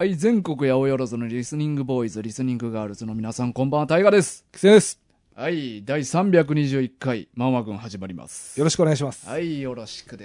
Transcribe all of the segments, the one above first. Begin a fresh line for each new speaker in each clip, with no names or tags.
はい、全国八百万のリスニングボーイズ、リスニングガールズの皆さん、こんばんは、タイガです。
キセです。
はい、第321回、マンワ軍始まります。
よろしくお願いします。
はい、よろしくです。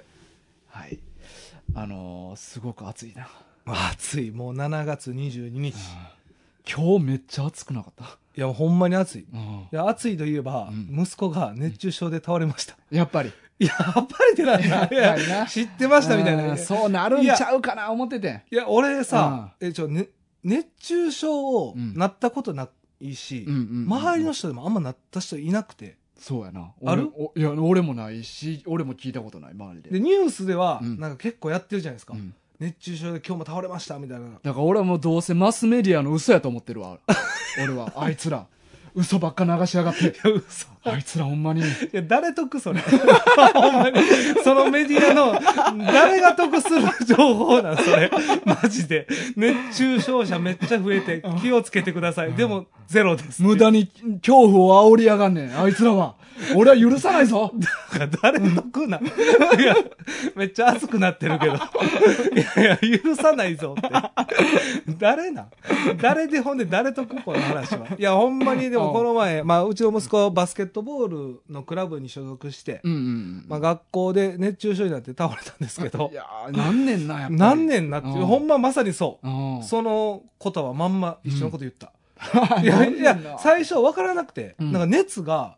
はい。すごく暑いな。
暑い。もう7月22日。
今日めっちゃ暑くなかった。
いや、ほんまに暑い。
うん、
いや、暑いといえば、息子が熱中症で倒れました。
やっぱり。
やっぱりってなんだ。いや、知ってましたみたいな。
そうなるんちゃうかな、思ってて。
いや、俺さ、熱中症をなったことないし、周りの人でもあんまなった人いなくて。
そうやな。
ある？
いや、俺もないし、俺も聞いたことない、周りで。
で、ニュースでは、なんか結構やってるじゃないですか。熱中症で今日も倒れましたみたいな。
だから俺はもうどうせマスメディアの嘘やと思ってるわ。俺は、あいつら。嘘ばっか流しやがって。いや、嘘。あいつらほんまに。い
や、誰得それ。ほんまに。そのメディアの、誰が得する情報なんそれ。マジで。熱中症者めっちゃ増えて、気をつけてください。でも、ゼロです。
無駄に恐怖を煽りやがんねん、あいつらは。俺は許さないぞ。
だから誰得な。いや、めっちゃ熱くなってるけど。いやいや、許さないぞって。誰でほんで誰得この話は。いや、ほんまにでもこの前、まあ、うちの息子バスケットボールのクラブに所属して、まあ、学校で熱中症になって倒れたんですけど。
いやー、何年な、やっぱり。
何年なって、ほんままさにそう。そのことはまんま一緒のこと言った。いや、最初分からなくて、なんか熱が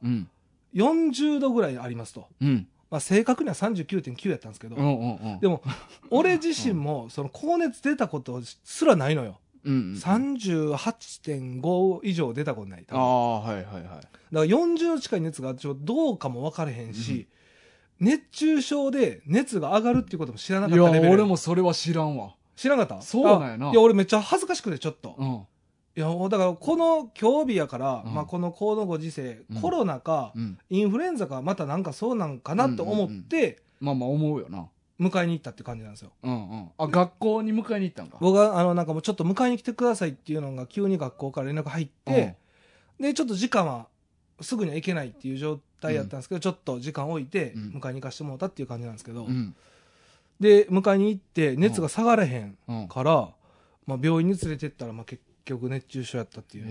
40度ぐらいありますと。まあ、正確には 39.9 やったんですけど、でも、俺自身も、その高熱出たことすらないのよ。38.5 以上出たことない。
ああ、はいはいはい。だか
ら40度近い熱がどうかも分からへんし、熱中症で熱が上がるっていうことも知らなかったレベル。
いや、俺もそれは知らんわ。
知らなかった？
そうなんやな。
いや、俺めっちゃ恥ずかしくて、ちょっと。いや、だから、この今日日やから、まあ、このこのご時世、コロナか、インフルエンザか、またなんかそうなんかなと思って、
まあまあ思うよな。
迎えに行ったって感じなんですよ。
あ、学校に迎えに行ったんか。
僕は、なんかもうちょっと迎えに来てくださいっていうのが急に学校から連絡入って、で、ちょっと時間はすぐには行けないっていう状態やったんですけど、ちょっと時間置いて、迎えに行かしてもらったっていう感じなんですけど、で、迎えに行って、熱が下がれへんから、まあ、病院に連れてったら、まあ、結局熱中症やったっていう。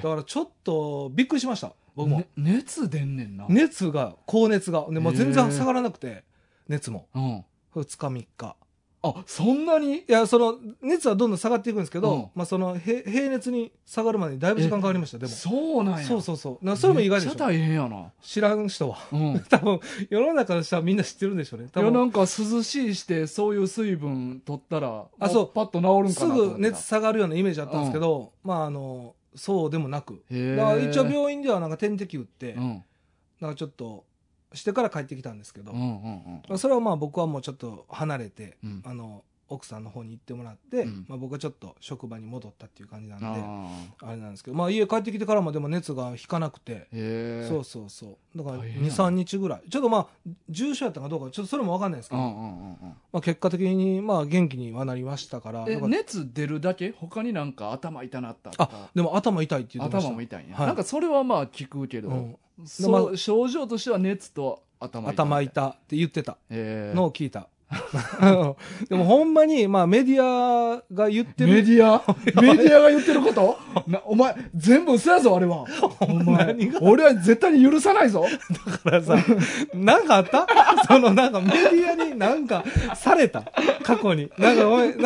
だからちょっとびっくりしました、僕も。
熱出んねんな。
高熱が。でも全然下がらなくて、熱も。2日3日。
あ、そんなに？
いや、その、熱はどんどん下がっていくんですけど、まあ、その、平熱に下がるまでにだいぶ時間かかりました、でも。
そうなんや。
そう。それも意外でしょ。
めっちゃ大変やな。
知らん人は。多分、世の中の人はみんな知ってるんでしょうね。
いや、なんか涼しいして、そういう水分取ったら、
そう。
パッと治るんかなと思った。
すぐ熱下がるようなイメージあったんですけど、まあ、そうでもなく。だから一応病院ではなんか点滴打って、なんかちょっと、してから帰ってきたんですけど、それはまあ僕はもうちょっと離れて、奥さんの方に行ってもらって、まあ、僕はちょっと職場に戻ったっていう感じなんで、あれなんですけど、まあ、家帰ってきてからもでも熱が引かなくて、そうだから2、3日ぐらいちょっとまあ重症やったかどうかちょっとそれも分かんないですけど、まあ、結果的にまあ元気にはなりましたから。
熱出るだけ？他になんか頭痛なったとか？
でも頭痛いって言ってました。
頭も痛いんや、なんかそれはまあ聞くけど、症状としては熱と頭
痛って言ってたのを聞いた。でもほんまに、まあメディアが言ってる。
メディアが言ってることお前、全部嘘やぞ、あれは。お前、俺は絶対に許さないぞ。
だからさ、なんかあったなんかメディアになんかされた過去に。なんか、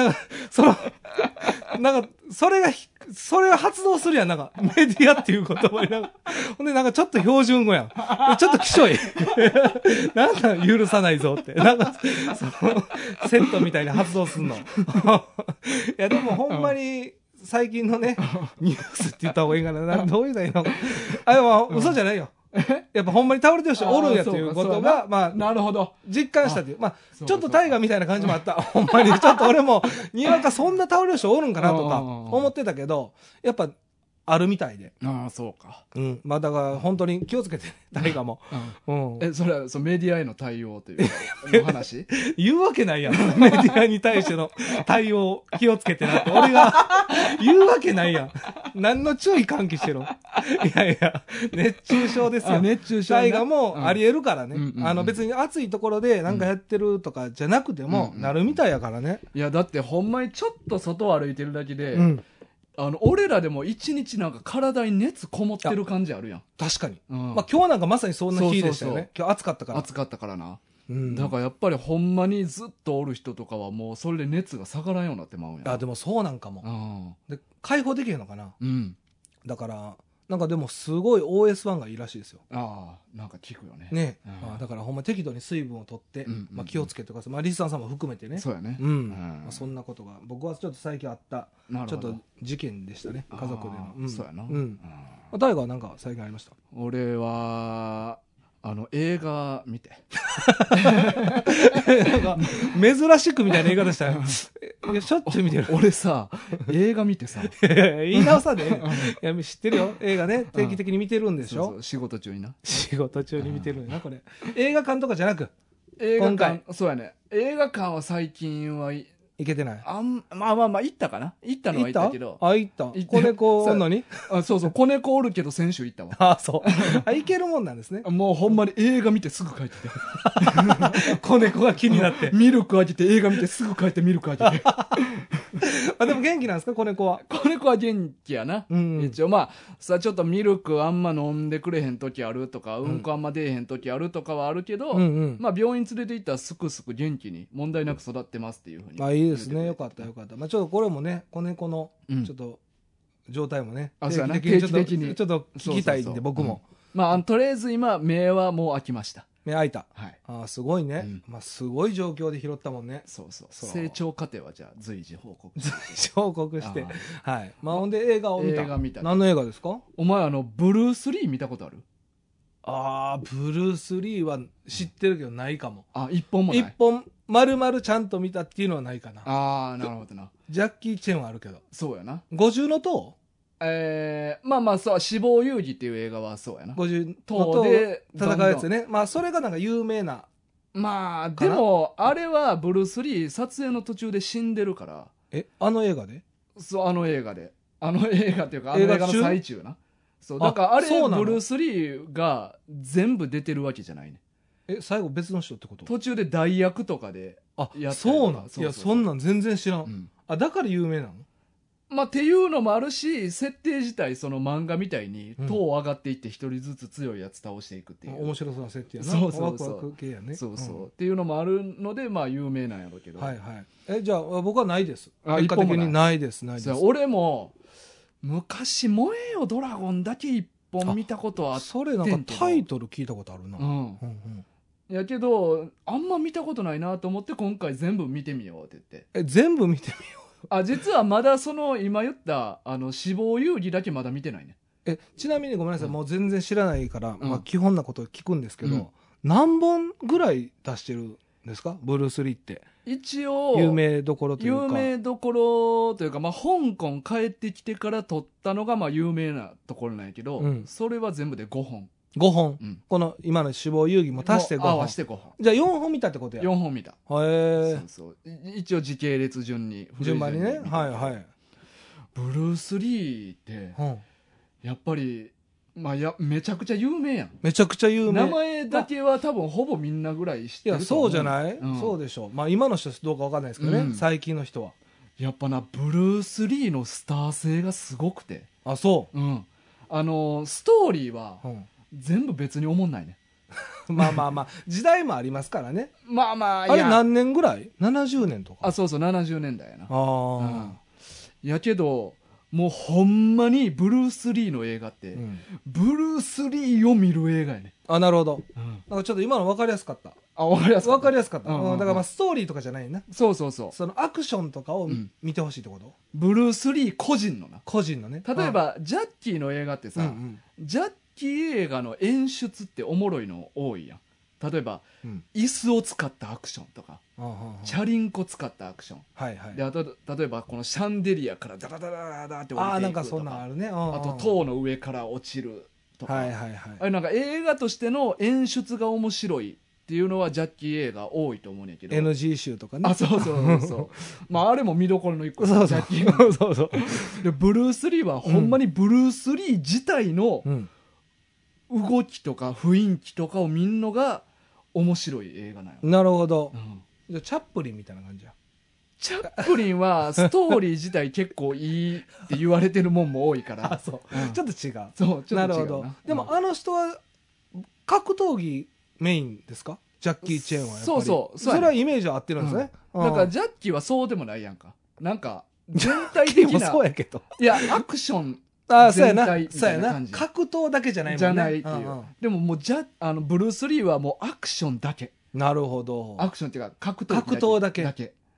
それが発動するやん、なんか、メディアっていう言葉にほんでなんかちょっと標準語やん。ちょっときしょい。なんか許さないぞって。なんか、セットみたいに発動すんの。いや、でもほんまに、最近のね、ニュースって言った方がいいかな。どういうのいいの？あ、でも嘘じゃないよ。やっぱほんまに倒れてる人おるんやということが、まあ、
なるほど。
実感したっていう。まあ、ちょっと大河みたいな感じもあった。ほんまに、ちょっと俺も、にわかそんな倒れる人おるんかなとか思ってたけど、やっぱ、あるみたいで。
ああ、そうか。
まあだから本当に気をつけて、大河も。
それはメディアへの対応という話
言うわけないやん。メディアに対しての対応、気をつけてなって。俺が言うわけないやん。何の注意喚起してるの？ いやいや、熱中症ですよ。
熱中症。
大河もあり得るからね。
うん
別に暑いところでなんかやってるとかじゃなくても、なるみたいやからね。
いや、だってほんまにちょっと外を歩いてるだけで、
うん。
俺らでも一日なんか体に熱こもってる感じあるやん。
確かに。
うん
まあ今日なんかまさにそんな日でしたよね。今日暑かったから。
暑かったからな。
うん。
だからやっぱりほんまにずっとおる人とかはもうそれで熱が下がらんようになってまうんや。
でもそうなんかも。で、解放できへんのかな。
うん。
だから、なんかでもすごい OS1 がいいらしいですよ。
ああ、なんか聞くよね。
ね。
うん
だからほんま適度に水分を取って、まあ気をつけてください。まあリスナーさんも含めてね。
そうやね。
まあそんなことが、僕はちょっと最近あった、ちょっと事件でしたね。家族での。
そうやな。
大河はなんか最近ありました？
俺は、映画見て。
なんか、珍しくみたいな映画でしたよ。いや、しょっちゅう見てる。
俺さ、映画見てさ。
言い直さで。いや、知ってるよ。映画ね、定期的に見てるんでしょ？
そう仕事中にな。
仕事中に見てるんだな、これ。映画館とかじゃなく。
映画館、そうやね。映画館は最近はい
けてない。
まあ行ったかな。行ったのは行ったけど。
行った。子猫おんのに？
そうそう、子猫おるけど先週行ったわ。
そう。行けるもんなんですね。
もうほんまに映画見てすぐ帰ってて。
子猫が気になって。
ミルクあげて映画見てすぐ帰ってミルクあげて。
でも元気なんですか、子猫は？
子猫は元気やな。一応まあ、さ、ちょっとミルクあんま飲んでくれへん時あるとか、うんこあんま出えへん時あるとかはあるけど、まあ病院連れて行ったらすくすく元気に問題なく育ってますっていうふうに。
いいですね。よかったよかった。まあちょっとこれもね、子猫のちょっと状態もね、
定期的に
ちょっと聞きたいんで、僕も。
まあとりあえず今目はもう開きました。
目開いた。
はい。
すごいね。まあすごい状況で拾ったもんね。
そう。成長過程はじゃあ随時報告。
随時報告して。はい。まあほんで映画を見た。
映画見た。
何の映画ですか？
お前ブルース・リー見たことある？
ブルース・リーは知ってるけどないかも。
一本もない。
一本丸々ちゃんと見たっていうのはないかな。
なるほどな。
ジャッキー・チェンはあるけど。
そうやな。
五重塔？
まあそう、死亡遊戯っていう映画はそうやな。
五重塔で戦うやつね。まあそれがなんか有名な。
まあでもあれはブルース・リー撮影の途中で死んでるから。
あの映画で？
そう、あの映画で。映画っていうか映画の最中な。そう、だからあれブルース・リーが全部出てるわけじゃないね。
最後別の人ってこと？
途中で代役とかで
やったりとか。そうなん？いや、そんなん全然知らん。だから有名なの？
まあっていうのもあるし、設定自体その漫画みたいに塔上がっていって一人ずつ強いやつ倒していくっていう。
面白そうな設定やな。
そう。
ワクワク系やね。
そう。っていうのもあるので、まあ有名なんやろうけど。
はいはい。じゃあ僕はないです。
結果的に
ないです。
俺も昔燃えよドラゴンだけ一本見たことはあって。
それなんかタイトル聞いたことあるな。
やけどあんま見たことないなと思って今回全部見てみようって言って。
全部見てみよう。
実はまだその今言った死亡遊戯だけまだ見てないね。
ちなみにごめんなさい、もう全然知らないから、まあ基本なこと聞くんですけど、何本ぐらい出してるんですか、ブルース・リーって？
一応
有名どころというか。
有名どころというか、まあ香港帰ってきてから撮ったのがまあ有名なところなんやけど、それは全部で5本。
5本、この今の死亡遊戯も足して5本。
合わせて5本。
じゃあ4本見たってことや。
4本見た。そう一応時系列順に
順番にね。はい
ブルース・リーって、やっぱりまあめちゃくちゃ有名やん。
めちゃくちゃ有名。
名前だけは多分ほぼみんなぐらい知ってると思う。
そうじゃない、そうでしょう。まあ今の人どうかわかんないですけどね、最近の人は。
やっぱな、ブルース・リーのスター性がすごくて。
そう。
ストーリーは、全部別に思んないね。
まあ時代もありますからね。
あ
れ何年ぐらい ?70 年とか。
そう70年代やな。やけどもうほんまにブルース・リーの映画って、ブルース・リーを見る映画やね。
なるほど。なんかちょっと今の分かりやすかった。
分かりやすかった。
だからまあストーリーとかじゃないな。
そう。
そのアクションとかを見てほしいってこと？
ブルース・リー個人のな。
個人のね。
例えばジャッキーの映画ってさ、ジャッキー映画の演出っておもろいの多いやん。例えば、椅子を使ったアクションとか、チャリンコ使ったアクション。で、あと例えばこのシャンデリアからダダダダダって降りていくとか。
なんかそんなんあるね。
あと塔の上から落ちるとか。
あれ
なんか映画としての演出が面白いっていうのはジャッキー映画多いと思うねんけど
NG 集とかね。
そうそうそうまああれも見どころの一個
そうそう
ジャッキー
そうそう
でブルース・リーはほんまにブルース・リー自体の動きとか雰囲気とかを見るのが面白い映画なんよ。
なるほど、じゃあチャップリンみたいな感じや。
チャップリンはストーリー自体結構いいって言われてるもんも多いから
そう、ちょっと違う。
そうちょっと違うな。
なるほど。でもあの人は格闘技メインですか？ジャッキー・チェーンはやっぱり。そうそう。それはイメージは合ってるんですね。
だからジャッキーはそうでもないやんか。なんか全体的な
そうやけど。
いやアクション
全体みたいな感じ。格闘だけじゃないもんね。
じゃないっていう。でももうブルース・リーはもうアクションだけ。
なるほど。
アクションっていうか格
闘だけ。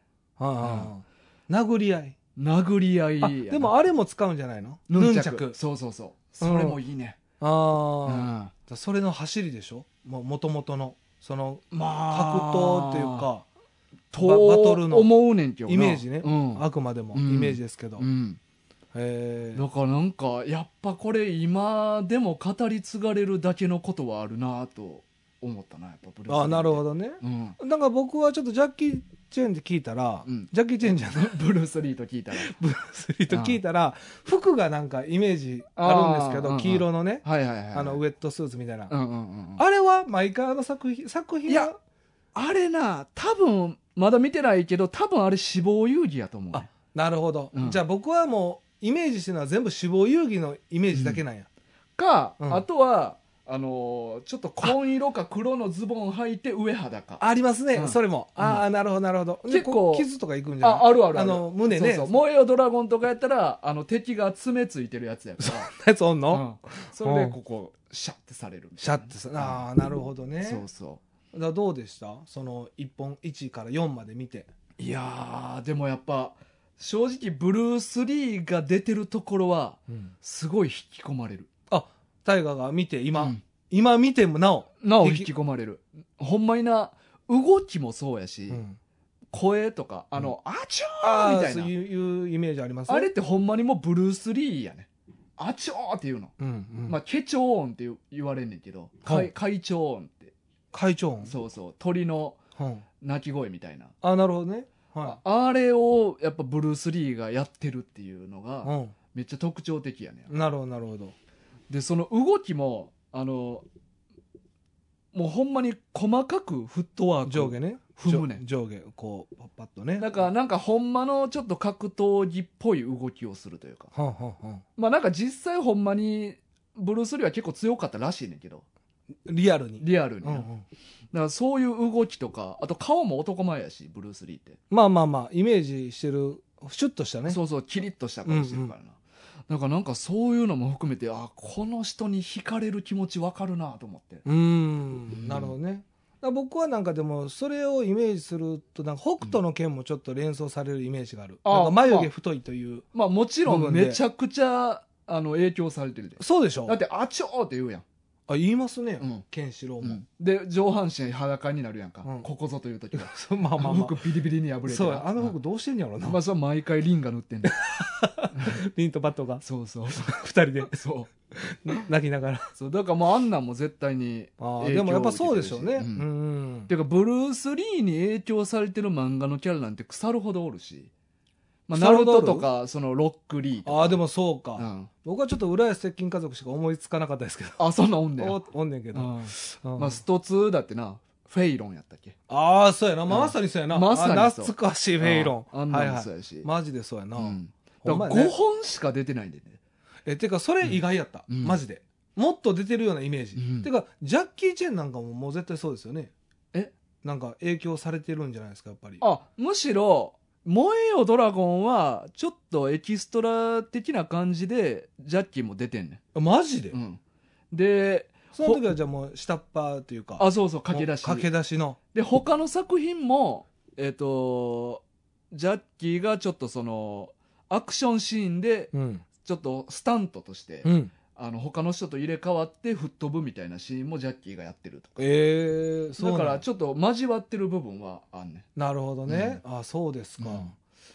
殴り合い。
殴り合い。
でもあれも使うんじゃないの？ヌンチャク。
そうそうそう。それもいいね。
それの走りでしょ？もともとのその格闘っていうかバトルのイメージね。あくまでもイメージですけど。
だからなんかやっぱこれ今でも語り継がれるだけのことはあるなと思ったな、やっぱブルース・リー。
なるほどね。なんか僕はちょっとジャッキー・チェーンで聞いたら、ジャッキー・チェーンじゃない
ブルース・リーと聞いたら
ブルース・リーと聞いたら服がなんかイメージあるんですけど、黄色のね、ウェットスーツみたいな、あれは毎回の作品
いやあれな多分まだ見てないけど多分あれ死亡遊戯やと思う、ね。
なるほど、じゃあ僕はもうイメージしてるのは全部死亡遊戯のイメージだけなんや、
あとはちょっと紺色か黒のズボン履いて上裸
ありますね、それも。なるほどなるほど。結構傷とかいくんじゃない？
あるある
胸ね。
燃えよドラゴンとかやったら敵が爪ついてるやつやから。
そんなやつおんの？
それでここシャッてされる。
シャッてさ。なるほどね。
そうそう。
だどうでした？その1から4まで見て。
いやでもやっぱ正直ブルース・リーが出てるところはすごい引き込まれる。
タイガーが見て今見てもなお
引き込まれる。ほんまにな動きもそうやし、声とかあちょーみたいな
そういうイメージありますね。
あれってほんまにもうブルース・リーやね。あちょーっていうの、まあケチョーンって言われんねんけど、会長音って。
会長音。
そうそう、鳥の鳴き声みたいな。
なるほどね。
あれをやっぱブルース・リーがやってるっていうのがめっちゃ特徴的やね。
なるほどなるほど。で
その動きももうほんまに細かくフットワーク
上下ね
踏むねん。
上下こうパッとね。
なんかほんまのちょっと格闘技っぽい動きをするというか、まあなんか実際ほんまにブルース・リーは結構強かったらしいねんけど、
リアルに、
だからそういう動きとか、あと顔も男前やしブルース・リーって
まあイメージしてるシュッとしたね。
そうそう、キリッとした顔してるからな。なんかそういうのも含めてこの人に惹かれる気持ち分かるなと思って。
なるほどね。僕はなんかでもそれをイメージするとなんか北斗の拳もちょっと連想されるイメージがある。なんか眉毛太いという、
まあもちろんめちゃくちゃ影響されてるで。
そうでしょ。
だってあちょーって言うやん。
言いますね、ケンシロウも。
で上半身裸になるやんか、ここぞという時は。服ビリビリに破れて。
そう、あの服どうしてんやろうな。
まあそれは毎回リンが塗ってんねん。
リンとバットが。
そうそう、
2人でそう泣きながら。
そうだからもうあんなんも絶対に
でもやっぱそうでしょうね。
ていうかブルース・リーに影響されてる漫画のキャラなんて腐るほどおるし、ナルトとかそのロック・リーとか。
でもそうか、僕はちょっと浦安接近家族しか思いつかなかったですけど。
そんなおんねん。
おんねんけど、
まあスト2だってなフェイロンやったっけ。
そうやな、まさにそうやな。
まさに
懐かしいフェイロン。
あんなもそうやし、
マジでそうやな。
だから5本しか出てないんでね。
てかそれ意外やった、マジで。もっと出てるようなイメージ、てかジャッキー・チェンなんかももう絶対そうですよね。なんか影響されてるんじゃないですかやっぱり。
むしろ燃えよドラゴンはちょっとエキストラ的な感じでジャッキーも出てんねん。
マジで？
で
その時はじゃあもう下っ端というか
そう駆け出し
の
で他の作品もジャッキーがちょっとそのアクションシーンでちょっとスタントとして、他の人と入れ替わって吹っ飛ぶみたいなシーンもジャッキーがやってるとか。だからちょっと交わってる部分はあんねん。
なるほどね、そうですか、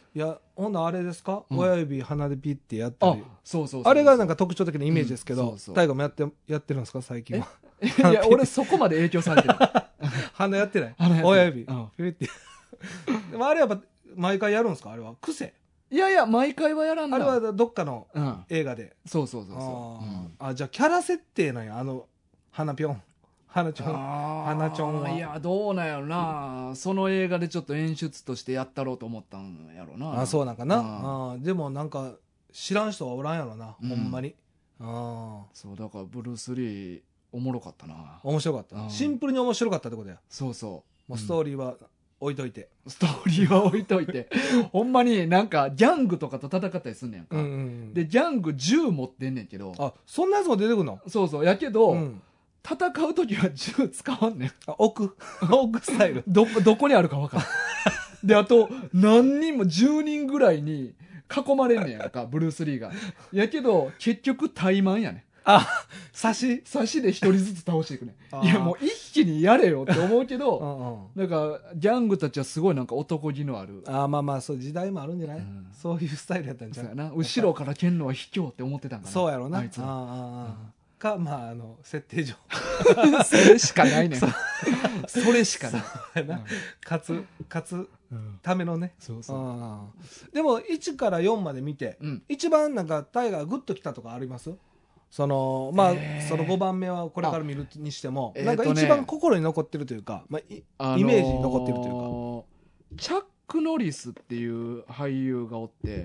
いやほんなあれですか、親指鼻でピッてやったり、
そうそうそう、
あれがなんか特徴的なイメージですけど、
そうそう
大河もやってるんですか最近は。
いや俺そこまで影響されてる
鼻やってない、親指、ピッてでもあれやっぱ毎回やるんですか、あれは癖。
いやいや毎回はやらんな。
あれはどっかの映画で、
そうそうそうそう、
あじゃあキャラ設定なんや、鼻ぴょん鼻ちょん鼻ちょんは。
いやどうなんやろな、その映画でちょっと演出としてやったろうと思ったんやろな。
そうなんかな。でもなんか知らん人はおらんやろな、ほんまに。
そうだからブルース・リーおもろかったな。
面白かった、シンプルに面白かったってことや。
そうそう、
もうストーリーは置いといて、
ストーリーは置いといてほんまになんかギャングとかと戦ったりすんねんか、でギャング銃持ってんねんけど、
そんなやつも出てくるの。
そうそうやけど、戦う時は銃使わんねん。
置くスタイル
どこにあるか分からんであと何人も10人ぐらいに囲まれんねんやんかブルース・リーが。やけど結局怠慢やねん。
差し
で一人ずつ倒していくねいやもう一気にやれよって思うけどなんかギャングたちはすごいなんか男気のある、
まあそう時代もあるんじゃない、そういうスタイルやったんじゃない
な。後ろから蹴んのは卑怯って思ってたんかな。
そうやろな、
あいつ
か設定上
それしかないねんそれしかない、
勝つためのね。でも1から4まで見て、一番なんかタイガーグッときたとかあります？その5番目はこれから見るにしても、なんか一番心に残ってるというか、イメージに残ってるというか、
チャック・ノリスっていう俳優がおって、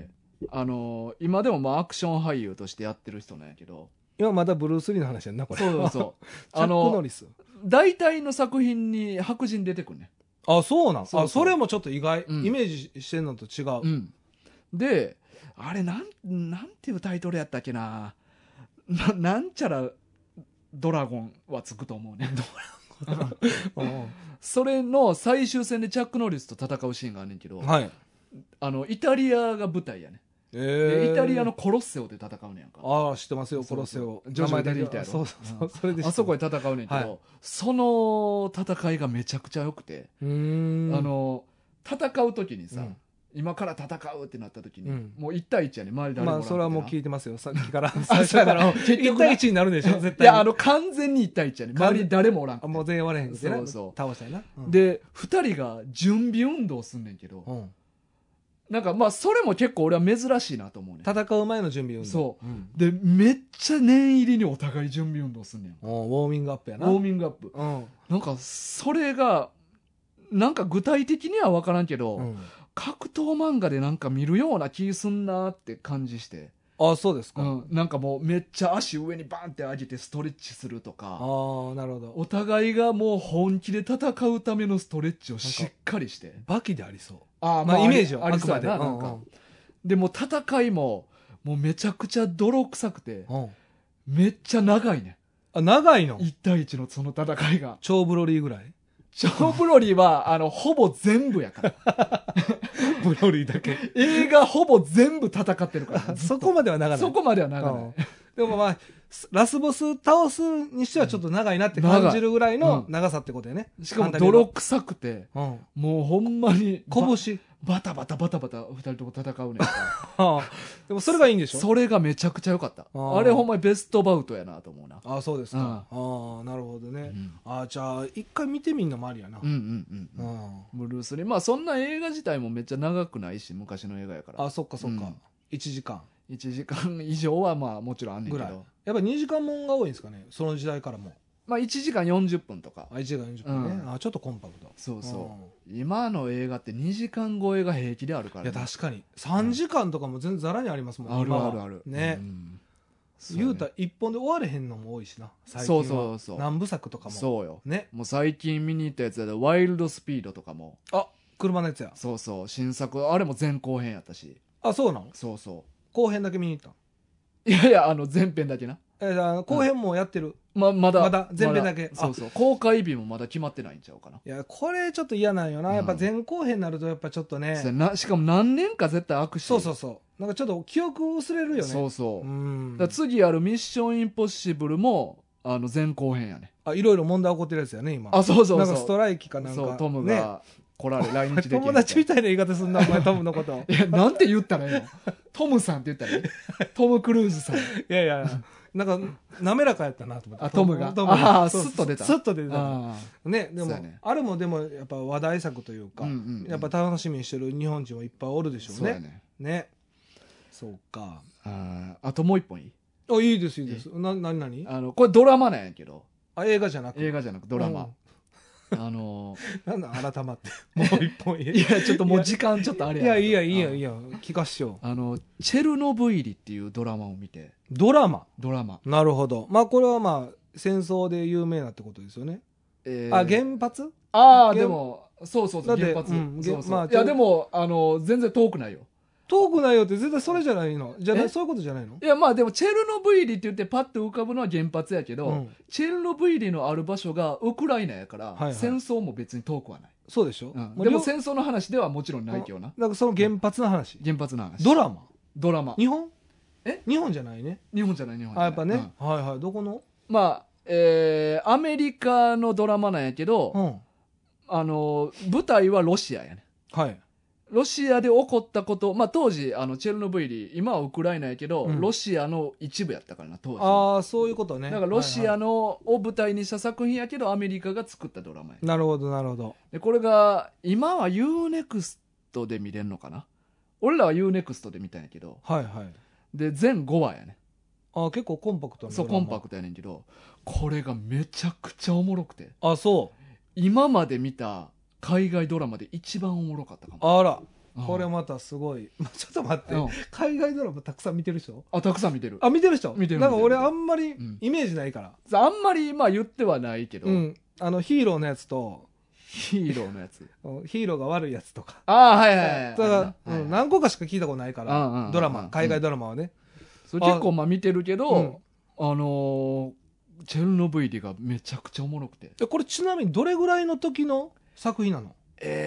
今でもアクション俳優としてやってる人なんやけど、
今まだブルース・リーの話やんなこれ。
そうチャ
ック・ノリス
大体の作品に白人出てくるね。
そうなん。それもちょっちょっと意外、イメージしてんのと違う、
であれなんていうタイトルやったっけな、なんちゃらドラゴンはつくと思うねそれの最終戦でチャック・ノリスと戦うシーンがあんねんけど、イタリアが舞台やね。イタリアのコロッセオで戦うねやんか。
知ってますよ、コロッセオ。
ジョジョ出てきたやろ。
それで
あそこで戦うねんけど、その戦いがめちゃくちゃ良くて、戦う時にさ、今から戦うってなった時に、もう1対1やね、周り誰もおらん。
それはもう聞いてますよ、さっきから。最初から1対1になるでしょ、絶対。
いや完全に1対1やね、周り誰もおらん。
もう全員おらへん。
そうそう、
倒したいな。
で2人が準備運動すんねんけど、なんかそれも結構俺は珍しいなと思うね。
戦う前の準備運動。
そう、でめっちゃ念入りにお互い準備運動すんねん。
ウォーミングアップやな。
ウォーミングアップ、なんかそれがなんか具体的には分からんけど、格闘漫画でなんか見るような気すんなって感じして。
そうですか。
なんかもうめっちゃ足上にバンって上げてストレッチするとか、
なるほど。
お互いがもう本気で戦うためのストレッチをしっかりして。
バキでありそう。
イメージはありそうやな、なんか。でも戦いももうめちゃくちゃ泥臭くて、めっちゃ長いね。
長いの
?1 対1のその戦いが。
超ブロリーぐらい？
超ブロリーはほぼ全部やから
ブロリーだけ
映画ほぼ全部戦ってるから
そこまでは長ない。
そこまでは長ない、
でもラスボス倒すにしてはちょっと長いなって感じるぐらいの長さってことやね、
しかも泥臭くて、もうほんまに
拳
バタバタ2人とも戦うねん
でもそれがいいんでしょ。
それがめちゃくちゃ良かった。あれほんまにベストバウトやなと思うな。
そうですか。なるほどね。じゃあ一回見てみんのもありやな。
ブルース・リーそんな映画自体もめっちゃ長くないし、昔の映画やから。
そっかそっか、1時間
以上はもちろんあんねんけど、
やっぱ2時間もんが多いんですかね、その時代からも。
1時間40分とか。
1時間40分ね、ちょっとコンパクト。
そうそう、今の映画って2時間超えが平気であるから、
いや確かに3時間とかも全然ざらにありますもんね。
ある
ね、言うたら1本で終われへんのも多いしな、最近は。そう何部作とかも。
そうよ
ね。
もう最近見に行ったやつだとワイルドスピードとかも、
車のやつや。
そうそう、新作、あれも前後編やったし。
そうなの。
そうそう、
後編だけ見に行った。
いやいや前編だけな。
後編もやってる。
まだ
前編だけ。
そうそう、公開日もまだ決まってないんちゃうかな。
いやこれちょっと嫌なんよな、やっぱ前後編になるとやっぱちょっとね、
しかも何年か絶対空くし。
そうなんかちょっと記憶薄れるよね。
そうだ次やるミッションインポッシブルも前後編やね。
いろいろ問題起こってるやつやね今。
そう
なんかストライキかなんか、
トムが来られ来日できる
友達みたいな言い方すんな、お前トムのこと。
いや、なんて言ったらいいの？トムさんって言ったらいい？トム・クルーズさん。
いやいや、なんか、滑らかやったなと思って。
あ、トムが。
ああ、
スッと出た。
スッと出た。ね、でも、あれもでも、やっぱ話題作というか、やっぱ楽しみにしてる日本人はいっぱいおるでしょうね。ね。そうか。
あともう一本いい？
あ、いいです、いいです。何
これドラマなんやけど。
映画じゃなく
ドラマ。
なんだ改まってもう一本い
やちょっともう時間ちょっとあれ
やいや聞かしよ
う。チェルノブイリっていうドラマを見て。
ドラマ
な
るほど。まあこれはまあ戦争で有名なってことですよね。原発。
でもそう原発。いやでも全然遠くないよ。
遠くないよって絶対それじゃないの？そういうことじゃないの？
いやまあでもチェルノブイリって言ってパッと浮かぶのは原発やけど、チェルノブイリのある場所がウクライナやから、戦争も別に遠くはない。
そうでしょ。
でも戦争の話ではもちろんないけどな。
だからその原発の話。ドラマ。日本じゃないね。
日本じゃない。
やっぱね。はいはい。どこの？
まあアメリカのドラマなんやけど、舞台はロシアやね。
はい。
ロシアで起こったこと、まあ当時チェルノブイリ、今はウクライナやけど、ロシアの一部やったからな当時。
ああ、そういうことね。
だからロシアのを舞台にした作品やけど、アメリカが作ったドラマや。
なるほど。
でこれが今は UNEXT で見れるのかな。俺らは UNEXT で見たんやけど。
はいはい。
で全5話やね。
結構コンパクトなドラマ。
そう、コンパクトやねんけど、これがめちゃくちゃおもろくて。
そう。
今まで見た海外ドラマで一番おもろかったかも。
あら。これまたすごい。ちょっと待って。海外ドラマたくさん見てる人？
たくさん見てる。
見てる人？
見てる。
なんか俺あんまりイメージないから。
あんまりまあ言ってはないけど。
ヒーローのやつと。
ヒーロー
が悪いやつとか。
はい
だから何個かしか聞いたことないから。ドラマ、海外ドラマはね。
それ結構まあ見てるけど、チェルノブイリがめちゃくちゃおもろくて。
これちなみにどれぐらいの時の作品なの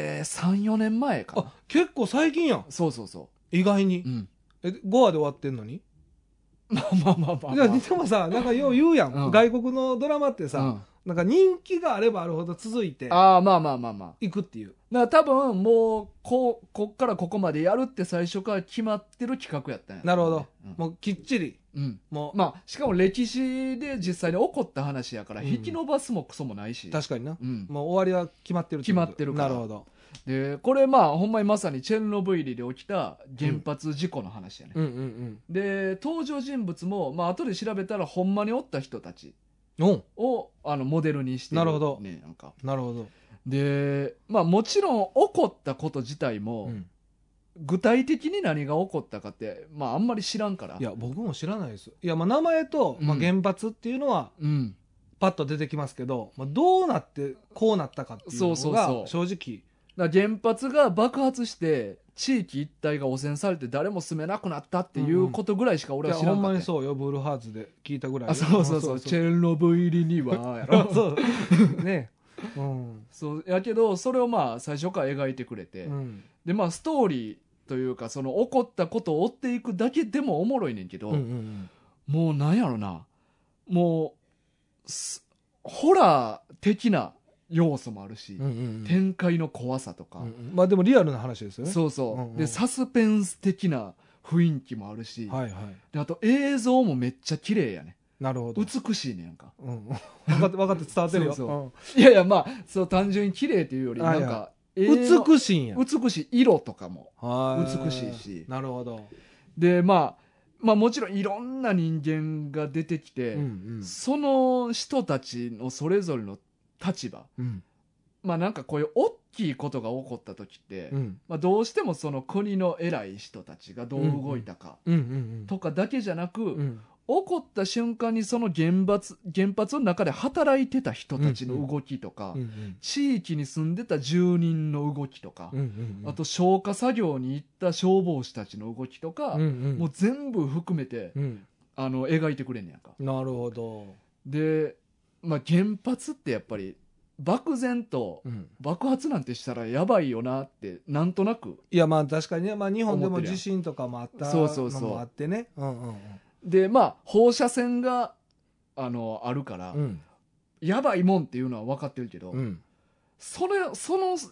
？3、4年前かな。
結構最近やん。
そう
意外に。5話で終わってんのに。
まあ。
でもさ、なんかよう言うやん。外国のドラマってさ、なんか人気があればあるほど続いて。
まあ。
行くっていう。
だから多分もう、こっからここまでやるって最初から決まってる企画やったんや。
なるほど。もうきっちり。
もうまあしかも歴史で実際に起こった話やから引き延ばすもクソもないし、
確かにな、もう終わりは決まってる
から。
なるほど。
でこれまあほんまにまさにチェルノブイリで起きた原発事故の話やね。で登場人物もまあ後で調べたらほんまにおった人たちをモデルにしてる、ね、
なるほど。なるほど。
でまあもちろん起こったこと自体も、具体的に何が起こったかって、まあ、あんまり知らんから。
いや僕も知らないです。いやまあ名前と、まあ、原発っていうのは、パッと出てきますけど、まあ、どうなってこうなったかっていうのが正直。
だから原発が爆発して地域一帯が汚染されて誰も住めなくなったっていうことぐらいしか俺は知らんかった。
ほんまにそうよ。ブルーハーツで聞いたぐらい。
そうチェルノブイリにはやろ
そうね。
そうやけどそれをまあ最初から描いてくれて、でまあストーリーというかその起こったことを追っていくだけでもおもろいねんけど、もうなんやろな、もうホラー的な要素もあるし、展開の怖さとか、
まあでもリアルな話ですよね。
そう、でサスペンス的な雰囲気もあるし、であと映像もめっちゃ綺麗やね。
なるほど。
美しいねんか。
分かって伝わってるよ。
いやまあそう単純に綺麗っていうよりなんか
美しいんや。
美しい色とかも美しいし。
なるほど。
でまあもちろんいろんな人間が出てきて、その人たちのそれぞれの立場、まあなんかこういう大きいことが起こった時って、まあ、どうしてもその国の偉い人たちがどう動いたかとかだけじゃなく、起こった瞬間にその原発の中で働いてた人たちの動きとか、地域に住んでた住人の動きとか、あと消火作業に行った消防士たちの動きとか、もう全部含めて、描いてくれんねやんか。
なるほど。
で、まあ、原発ってやっぱり漠然と爆発なんてしたらやばいよなってなんとなく。
いやまあ確かにね、まあ、日本でも地震とかもあったのもあってね。
でまあ放射線があるから、やばいもんっていうのは分かってるけど、その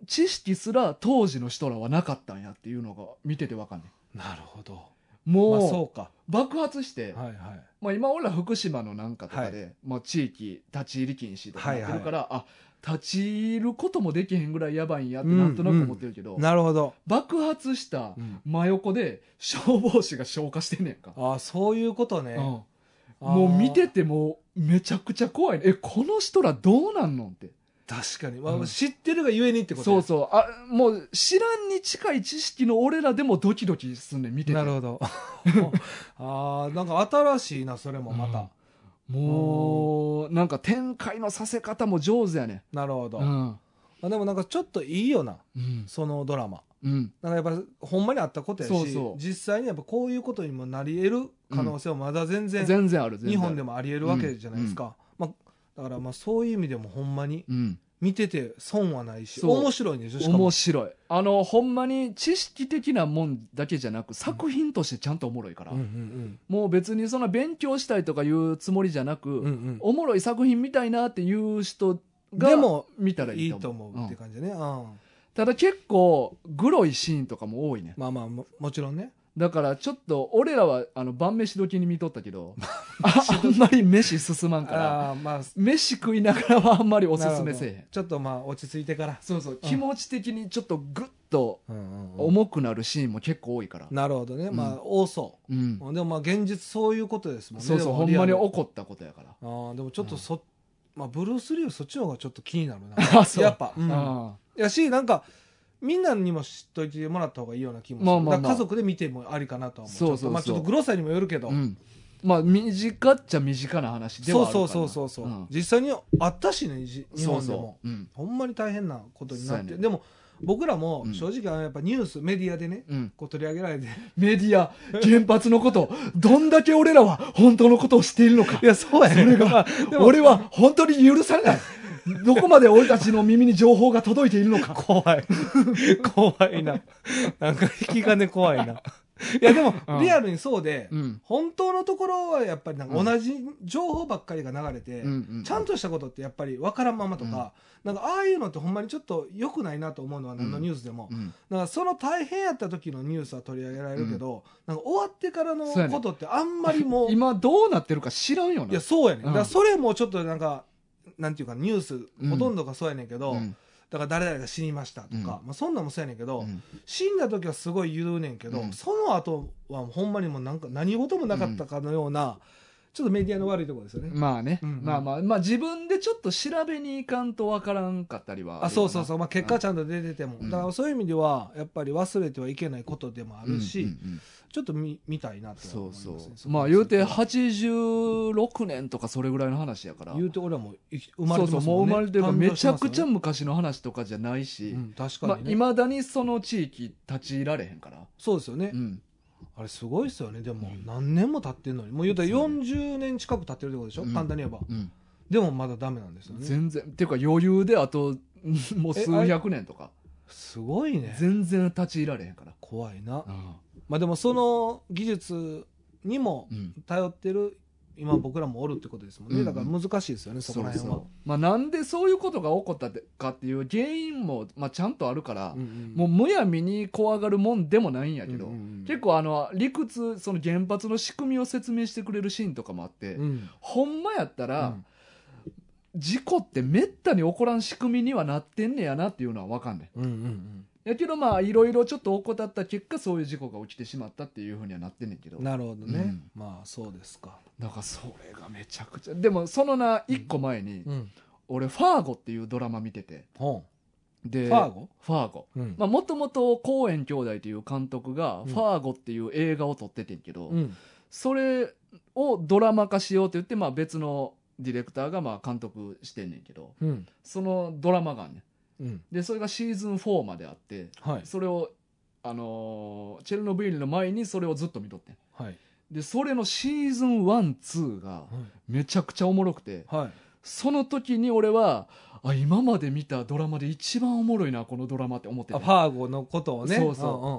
知識すら当時の人らはなかったんやっていうのが見ててわかんね
ん。なるほど。
もう、
まあ、そうか。
爆発して、
はいはい。
まあ、今俺ら福島のなんかとかで、
はい、
まあ、地域立ち入り禁止とかなってるから、
はいはい、
あ、立ち入ることもできへんぐらいやばいんやってなんとなく思ってるけど、
なるほど。
爆発した真横で消防士が消火してんねんか。
ああ、そういうことね。
もう見ててもめちゃくちゃ怖いね。この人らどうなんのって。
確かに、まあ、知ってるがゆえにってこと、
そうそう。もう知らんに近い知識の俺らでもドキドキすんねん見てて。
なるほど。なんか新しいな、それもまた。
もうなんか展開のさせ方も上手やね。
なるほど。でもなんかちょっといいよな、そのドラマ。なんかやっぱほんまにあったことやし、実際にやっぱこういうことにもなり得る可能性はまだ全然ある。日本でもあり得るわけじゃないですか。だからまあそういう意味でもほんまに見てて損はないし、面白いね。
面白い。ほんまに知識的なもんだけじゃなく作品としてちゃんとおもろいから、もう別にそんな勉強したいとかいうつもりじゃなく、おもろい作品見たいなっていう人がでも見たらいいと思うって感じね。ただ結構グロいシーンとかも多いね。
まあまあ もちろんね。
だからちょっと俺らは晩飯時に見とったけどあんまり飯進まんから、飯食いながらはあんまりおすすめせえへん。
ちょっとまあ落ち着いてから、
気持ち的にちょっとグッと重くなるシーンも結構多いから。
なるほどね。まあ多そう、でもまあ現実そういうことですもんね。
ほんまに起こったことやから。
でもちょっとブルース・リーはそっちの方がちょっと気になるな。やっぱやし、なんかみんなにも知っといてもらった方がいいような気もする。家族で見てもありかなとは思う。ちょっとグロさにもよるけど、
まあ短っちゃ短な話ではあるから。
そう、実際にあったしね、日本でも。ほんまに大変なことになって。でも僕らも正直やっぱニュースメディアでね、こう取り上げられて、
メディア原発のことどんだけ俺らは本当のことをしているのか。
いやそうやね。
それが俺は本当に許されない。どこまで俺たちの耳に情報が届いているのか。
怖いな。なんか引き金怖いな。いやでもリアルにそうで、本当のところはやっぱりなんか同じ情報ばっかりが流れて、ちゃんとしたことってやっぱり分からんままとか、なんかああいうのってほんまにちょっと良くないなと思うのは何のニュースでも、だからその大変やった時のニュースは取り上げられるけど、なんか終わってからのことってあんまりもう
今どうなってるか知らんよな。
いやそうやね。だからそれもちょっとなんかなんていうかニュースほとんどがそうやねんけど、だから誰々が死にましたとか、そんなんもそうやねんけど、死んだ時はすごい言うねんけど、その後はほんまにもうなんか何事もなかったかのような、ちょっとメディアの悪いところですよね。
まあね、まあ自分でちょっと調べに行かんとわからんかったりは
そう、まあ、結果ちゃんと出てても、だからそういう意味ではやっぱり忘れてはいけないことでもあるし、ちょっと見たいなと思いますね。
まあ言うて86年とかそれぐらいの話やから。
言うて俺はもう生まれてます
もんね。もう生まれてるからめちゃくちゃ昔の話とかじゃないし、
確かにね。
未だにその地域立ち入られへんから。
そうですよね。あれすごいですよね。でも何年も経ってんのに、もう言うたら40年近く経ってるってことでしょ、簡単に言えば。でもまだダメなんですよね。
全然っていうか余裕であともう数百年とか。
すごいね。
全然立ち入られへんから。
怖いな。まあでもその技術にも頼ってる今僕らもおるってことですもんね。だから難しいですよね、そこら辺は。
まあなんでそういうことが起こったかっていう原因もちゃんとあるから、もうむやみに怖がるもんでもないんやけど、結構理屈、その原発の仕組みを説明してくれるシーンとかもあって、ほんまやったら、事故ってめったに起こらん仕組みにはなってんねやなっていうのは分かんない。やけどまあいろいろちょっと怠った結果そういう事故が起きてしまったっていうふうにはなってんねんけど。
なるほどね。まあそうですか。
だからそれがめちゃくちゃでもその一個前に、俺ファーゴっていうドラマ見てて、でファーゴもともとコーエン兄弟という監督がファーゴっていう映画を撮っててんけど、それをドラマ化しようって言って、まあ別のディレクターがまあ監督してんねんけど、そのドラマがね、でそれがシーズン4まであって、それをチェルノブイリの前にそれをずっと見とってん、でそれのシーズン1、2がめちゃくちゃおもろくて、その時に俺は今まで見たドラマで一番おもろいなこのドラマって思ってて、
ファーゴのことをね。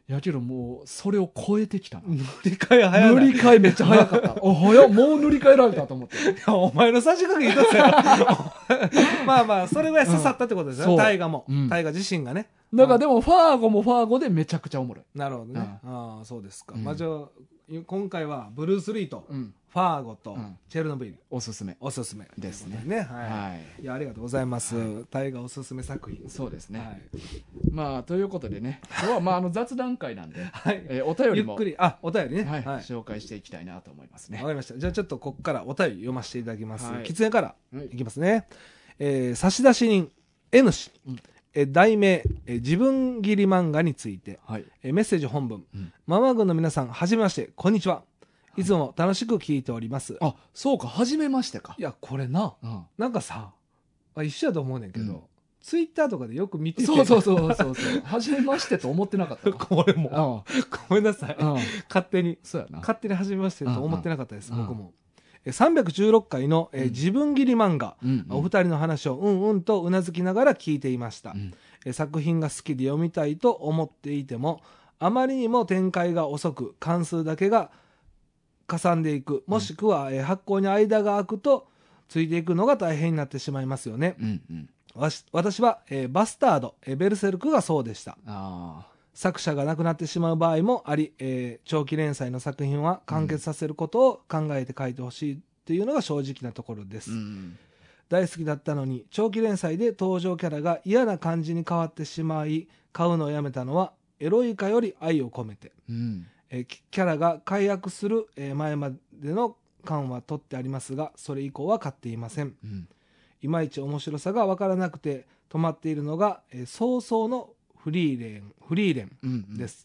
やけどもうそれを超えてきたな。
塗り替え早い。
塗り替えめっちゃ早かった。お早っ、もう塗り替えられたと思って。い
やお前のさじ加減一つやまあまあそれぐらい刺さったってことですよね、大河も、大河自身がね。
だからでもファーゴもファーゴでめちゃくちゃおもろい。
なるほどね。ああそうですか。まあじゃあ今回はブルース・リーとファーゴとチェルノブイリ、
おすすめ
ですね。はい。いやありがとうございます。大河おすすめ作品。
そうですね。まあということでね、今日はまあ雑談会なんで、お便りも
ゆっくりお便りね、
紹介していきたいなと思いますね。
わかりました。じゃあちょっとここからお便り読ませていただきます。狐からいきますね。差出人 N 氏。題名、自分切り漫画について、メッセージ本文、ママ軍の皆さんはじめまして、こんにちは。いつも楽しく聞いております。
あ、そうか、はじめましてか。
いやこれな、なんかさ一緒やと思うねんけど、ツイッターとかでよく見てて、
そうはじめましてと思ってなかった
これもごめんなさい、勝手に
そうやな、
勝手にはじめましてと思ってなかったです、僕も。316回の、自分切り漫画、お二人の話をとうなずきながら聞いていました、作品が好きで読みたいと思っていてもあまりにも展開が遅く関数だけがかさんでいく、もしくは、発行に間が空くとついていくのが大変になってしまいますよね、私は、バスタード、ベルセルクがそうでした。作者が亡くなってしまう場合もあり、長期連載の作品は完結させることを考えて書いてほしいというのが正直なところです、大好きだったのに長期連載で登場キャラが嫌な感じに変わってしまい買うのをやめたのはエロいかより愛を込めて、キャラが解約する、前までの感は取ってありますがそれ以降は買っていません、いまいち面白さが分からなくて止まっているのが、早々のフリーレンです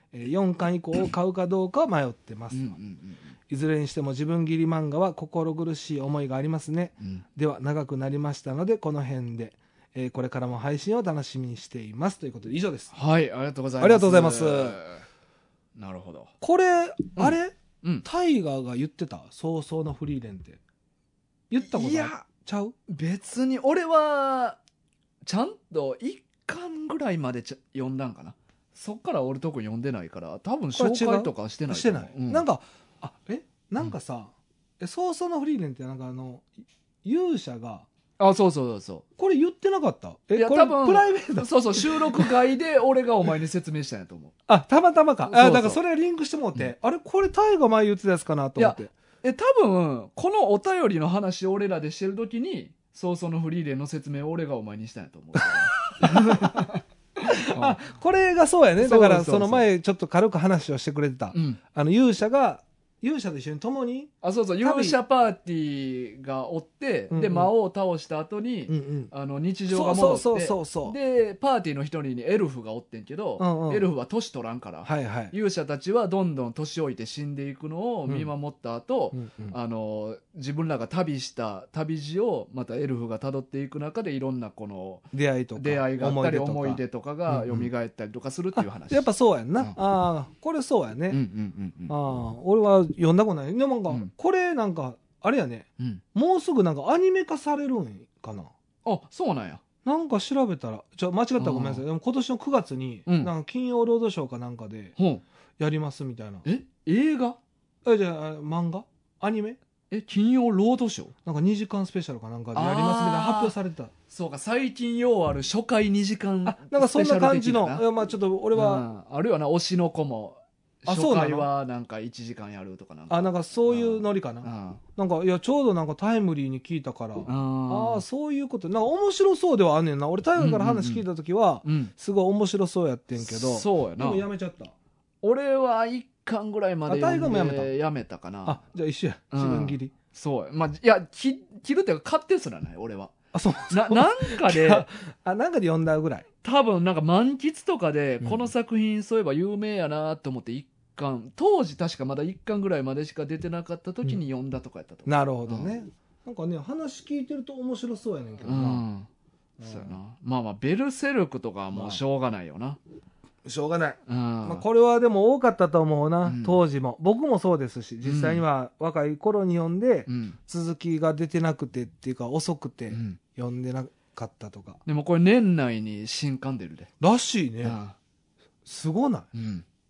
、4巻以降を買うかどうか迷ってます、いずれにしても自分切り漫画は心苦しい思いがありますね、では長くなりましたのでこの辺で、これからも配信を楽しみにしていますということで以上です。
はい、ありがとうございます。
ありがとうございます。
なるほど。
これ、あれタイガーが言ってた早々のフリーレンって言ったことある？いやちゃう？
別に俺はちゃんと1巻ぐらいまで読んだんかな。そっから俺特に読んでないから多分紹介とかしてない。
してない、なんかなんかさ、早々のフリーレンってなんか勇者が
そう
これ言ってなかった？
いや
これ
多分
プライベート
そう収録外で俺がお前に説明したんやと思う。
たまたまか。だからそれリンクしてもって、あれこれタイが前言ってたやつかなと思って。
多分このお便りの話俺らでしてる時に早々のフリーレンの説明を俺がお前にしたんやと思う。
これがそうやね。だからその前ちょっと軽く話をしてくれてた、勇者と一緒に共に
勇者パーティーがおって、で魔王を倒した後に、日常が戻ってでパーティーの一人にエルフがおってんけど、エルフは年取らんから、勇者たちはどんどん年老いて死んでいくのを見守った後、自分らが旅した旅路をまたエルフが辿っていく中でいろんなこの
出会い
があったり思い出とかが蘇ったりとかするっていう話。
やっぱそうやんな、これそうやね。俺は読んだことない。でもなんか、これなんかあれやね、もうすぐなんかアニメ化されるんかな。
そうなんや。
なんか調べたら間違ったらごめんなさい。でも今年の9月に、なんか金曜ロードショーかなんかでやりますみたいな。
映画？
じゃあ漫画？アニメ？
金曜ロードショー？
なんか2時間スペシャルかなんかでやりますみたいな発表されてた。
そうか、最近ようある初回2時間
なんかそんな感じの。まあちょっと俺は、
あるよな、推しの子も初回はなんか1時間やるとかなんか。
なんかそういうノリかな。なんかいやちょうどなんかタイムリーに聞いたから、そういうことなんか面白そうではあんねんな。俺大河から話聞いた時は、すごい面白そうやってんけど、
そうやな。
でもやめちゃった。
俺は1巻ぐらいまで読んでやめたかな。
じゃあ一緒や、自分切り。
そういや切るっていうか買ってすらない俺は。
そう
なんかで
なんかで読んだぐらい。
多分なんか満喫とかでこの作品そういえば有名やなと思って1巻、当時確かまだ1巻ぐらいまでしか出てなかった時に読んだとかやったと思う。
なるほどね。なんかね話聞いてると面白そうやねんけどな。
そうやな。まあベルセルクとかはもうしょうがないよな。
しょうがない。これはでも多かったと思うな、当時も。僕もそうですし、実際には若い頃に読んで、続きが出てなくてっていうか遅くて読んでなかったとか。
でもこれ年内に新刊出るで。
らしいね。すごない。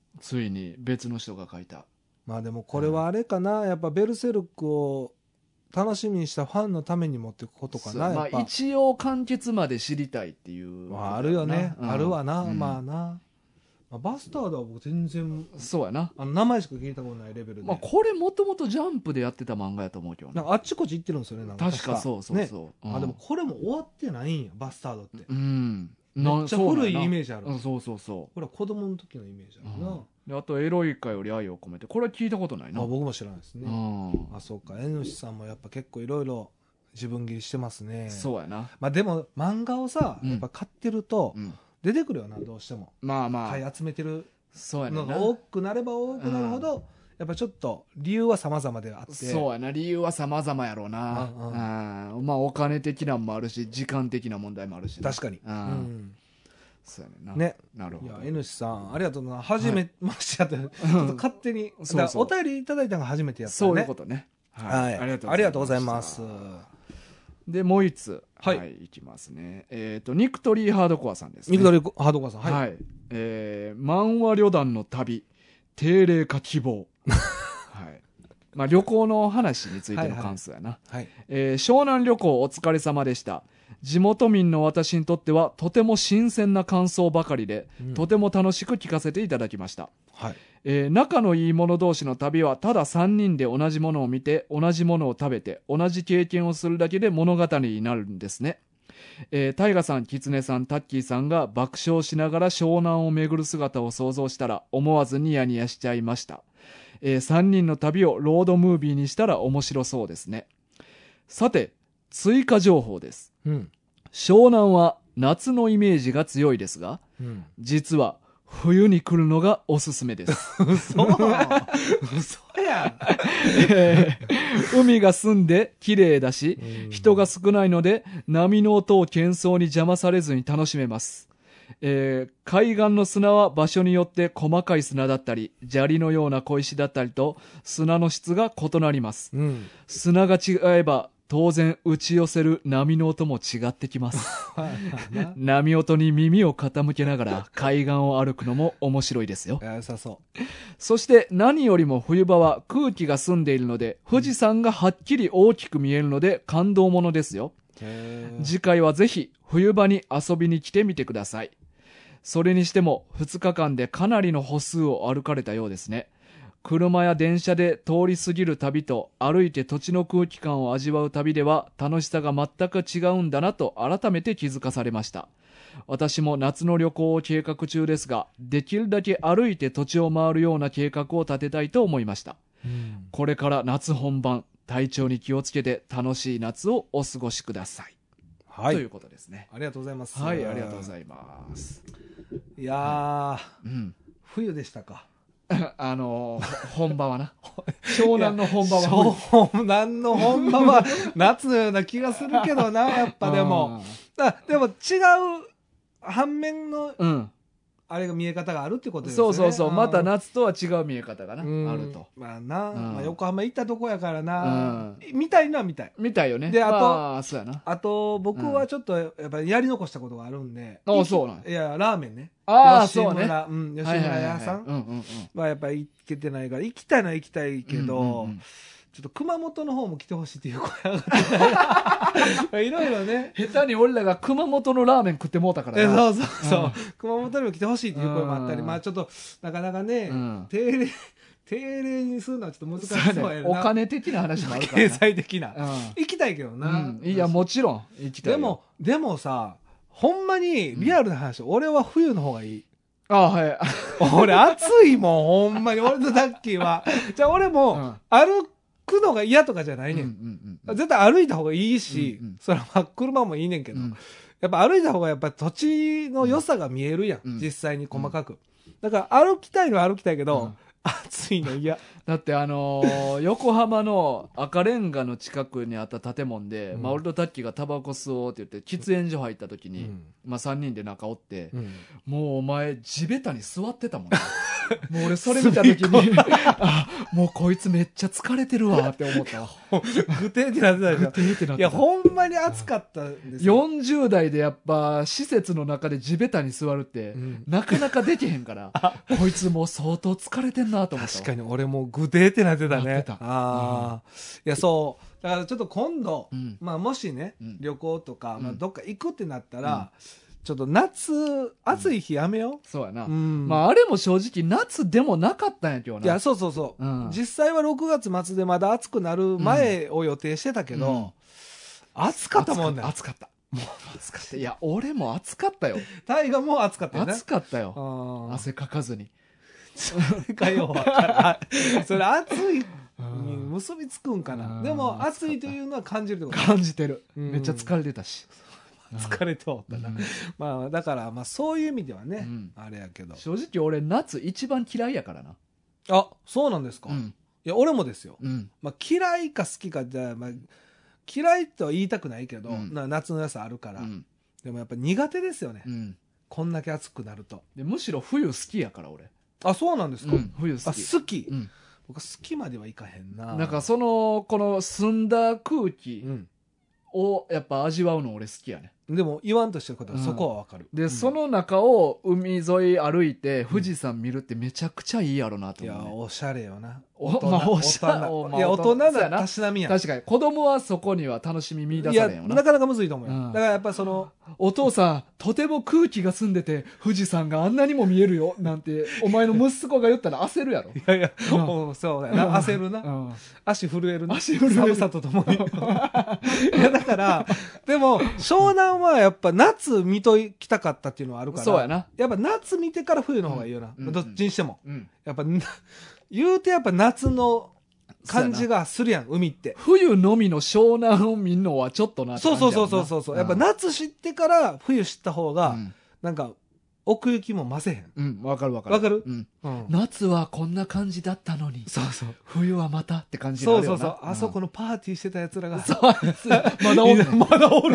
ついに別の人が書いた。
まあでもこれはあれかな、やっぱベルセルクを楽しみにしたファンのために持っていくことかな。
まあ一応完結まで知りたいっていう、
あるよね、あるわな、
うん、
まあな。まあ、バスタードは僕全然
そうやな、
名前しか聞いたことないレベルで、
まあ、これもともとジャンプでやってた漫画やと思うけど、
なんかあっちこっち行ってるんですよね、なんか
確かそうそうそう、ね、
でもこれも終わってないんや、バスタードって。めっちゃ
古
いイメージある。
そうそうそう、
これは子供の時のイメージあるな、
であとエロイカより愛を込めて、これは聞いたことないな。
僕も知らないですね。そうか、N主さんもやっぱ結構いろいろ自分切りしてますね。
そうやな。
まあでも漫画をさ、やっぱ買ってると出てくるよな、どうしても。
まあまあ
買い集めてる
の
が多くなれば多くなるほど、やっぱちょっと理由は様々であって。
そうやな、理由は様々やろうな。まあお金的なんもあるし、時間的な問題もあるし。
確かに。
そうやねんな。
ね。
なるほど。
いや、N さん、ありがとうな。初めましてやった。ちょっと勝手に。お便りいただいたのが初めてやったね。
そういうことね。
はい。ありがとうございます。
で、もう一つ。はい。いきますね。ニクトリーハードコアさんですね。
ニクトリーハードコアさん。
はい。漫画旅団の旅、定例化希望。はい。まあ旅行の話についての感想やな。はい。湘南旅行お疲れ様でした。地元民の私にとってはとても新鮮な感想ばかりで、とても楽しく聞かせていただきました。はい。仲のいい者同士の旅はただ3人で同じものを見て、同じものを食べて、同じ経験をするだけで物語になるんですね。タイガさん、キツネさん、タッキーさんが爆笑しながら湘南を巡る姿を想像したら思わずニヤニヤしちゃいました。3人の旅をロードムービーにしたら面白そうですね。さて、追加情報です。湘南は夏のイメージが強いですが、実は冬に来るのがおすすめです。
嘘や
海が澄んで綺麗だし、人が少ないので波の音を喧騒に邪魔されずに楽しめます。海岸の砂は場所によって細かい砂だったり砂利のような小石だったりと砂の質が異なります、砂が違えば当然打ち寄せる波の音も違ってきます波音に耳を傾けながら海岸を歩くのも面白いですよ。
良さそう。
そして何よりも冬場は空気が澄んでいるので富士山がはっきり大きく見えるので感動ものですよ。次回はぜひ冬場に遊びに来てみてください。それにしても2日間でかなりの歩数を歩かれたようですね。車や電車で通り過ぎる旅と歩いて土地の空気感を味わう旅では楽しさが全く違うんだなと改めて気づかされました。私も夏の旅行を計画中ですが、できるだけ歩いて土地を回るような計画を立てたいと思いました。これから夏本番、体調に気をつけて楽しい夏をお過ごしください。はい。ということですね。
ありがとうございます。
はい、ありがとうございます。
いやー、冬でしたか。
本場はな。湘南の本場は。
湘南の本場は夏のような気がするけどな、やっぱでも。でも違う反面の、あれが見え方があるってことですね。
そう。また夏とは違う見え方がな、あると。
まあな、横浜行ったとこやからな、見たいのは見たい。
見たいよね。
で、
そうやな。
あと、僕はちょっと、やっぱりやり残したことがあるんで。
そうなん
いや、ラーメンね。
そうね。
吉村屋さんはやっぱり行けてないから、行きたいのは行きたいけど、ちょっと熊本の方も来てほしいっていう声上がってない。いろいろね。
下手に俺らが熊本のラーメン食ってもうたから
な。そう。熊本にも来てほしいっていう声もあったり、まあちょっと、なかなかね、定例にするのはちょっと難しそうやな。
お金的な話もあるから。
経済的な。行きたいけどな。
いや、もちろん行きたい。
でもさ、ほんまにリアルな話、俺は冬の方がいい。
はい。
俺暑いもん、ほんまに。俺とダッキーは。じゃあ俺も、歩くのが嫌とかじゃないねん。絶対歩いた方がいいし、それは車もいいねんけど、やっぱ歩いた方がやっぱ土地の良さが見えるやん。実際に細かく。だから歩きたいのは歩きたいけど、 暑いの嫌。
だって横浜の赤レンガの近くにあった建物で、まあ、俺とタッキーがタバコ吸おうって言って喫煙所入った時に、まあ、3人で中おって、もうお前地べたに座ってたもんね。もう俺それ見た時にあ、もうこいつめっちゃ疲れてるわって思ったわ。
ぐてってなってたでしょ。
ぐてってなってた。
いやほんまに暑かったんですよ。
40代でやっぱ施設の中で地べたに座るって、なかなかできへんからこいつもう相当疲れてんなと思った。
確かに俺もぐてってなってたね。
なってた。
いやそうだからちょっと今度、まあ、もしね、旅行とか、まあ、どっか行くってなったら、ちょっと夏暑い日やめよう。
そうやな。まああれも正直夏でもなかったんやけどな。
いやそうそうそう、実際は6月末でまだ暑くなる前を予定してたけど、暑かったもんね。
暑かった。もう暑かった。いや俺も暑かったよ。
大河も暑かったよね。
暑かったよ。汗かかずに。
それかよそれ暑いに結びつくんかな。でも暑いというのは感じるってこと。
感じてる。めっちゃ疲れてたし。
疲れておったな。まあだからまあそういう意味ではね、あれやけど。
正直俺夏一番嫌いやからな。
あ、そうなんですか。いや俺もですよ。まあ嫌いか好きかじゃまあ嫌いとは言いたくないけど、夏の良さあるから。でもやっぱ苦手ですよね。こんだけ暑くなると。
でむしろ冬好きやから俺。
あ、そうなんですか。
冬好き。
あ、好き。僕好きまではいかへんな。
なんかこの澄んだ空気をやっぱ味わうの俺好きやね。
でも言わんとしてることはそこはわかる。
で、その中を海沿い歩いて富士山見るってめちゃくちゃいいやろなと思う、ね。
いやおしゃれよな。
おしゃれ。
いや大人なたしなみやん。
確かに子供はそこには楽しみ見出されんよな。
いやなかなかむずいと思うよ。だからやっぱその
お父さんとても空気が澄んでて富士山があんなにも見えるよなんてお前の息子が言ったら焦るやろ。
いやいや、そうやな。焦るな。足震えるな。
足震える。
寒さとともに。いやだからでも湘南はやっぱ夏見ときたかったっていうのはあるから。
そうやな。
やっぱ夏見てから冬の方がいいよな。どっちにしても。やっぱ言うてやっぱ夏の感じがするやん、海って。
冬のみの湘南を見んのはちょっとな。
そう。やっぱ夏知ってから冬知った方が、なんか奥行きも増せへん。
わかる。
わかる？
夏はこんな感じだったのに。
そう。
冬はまたって感じになるよな。
そう。あそこのパーティーしてた奴らが。
まだおる。
まだおる。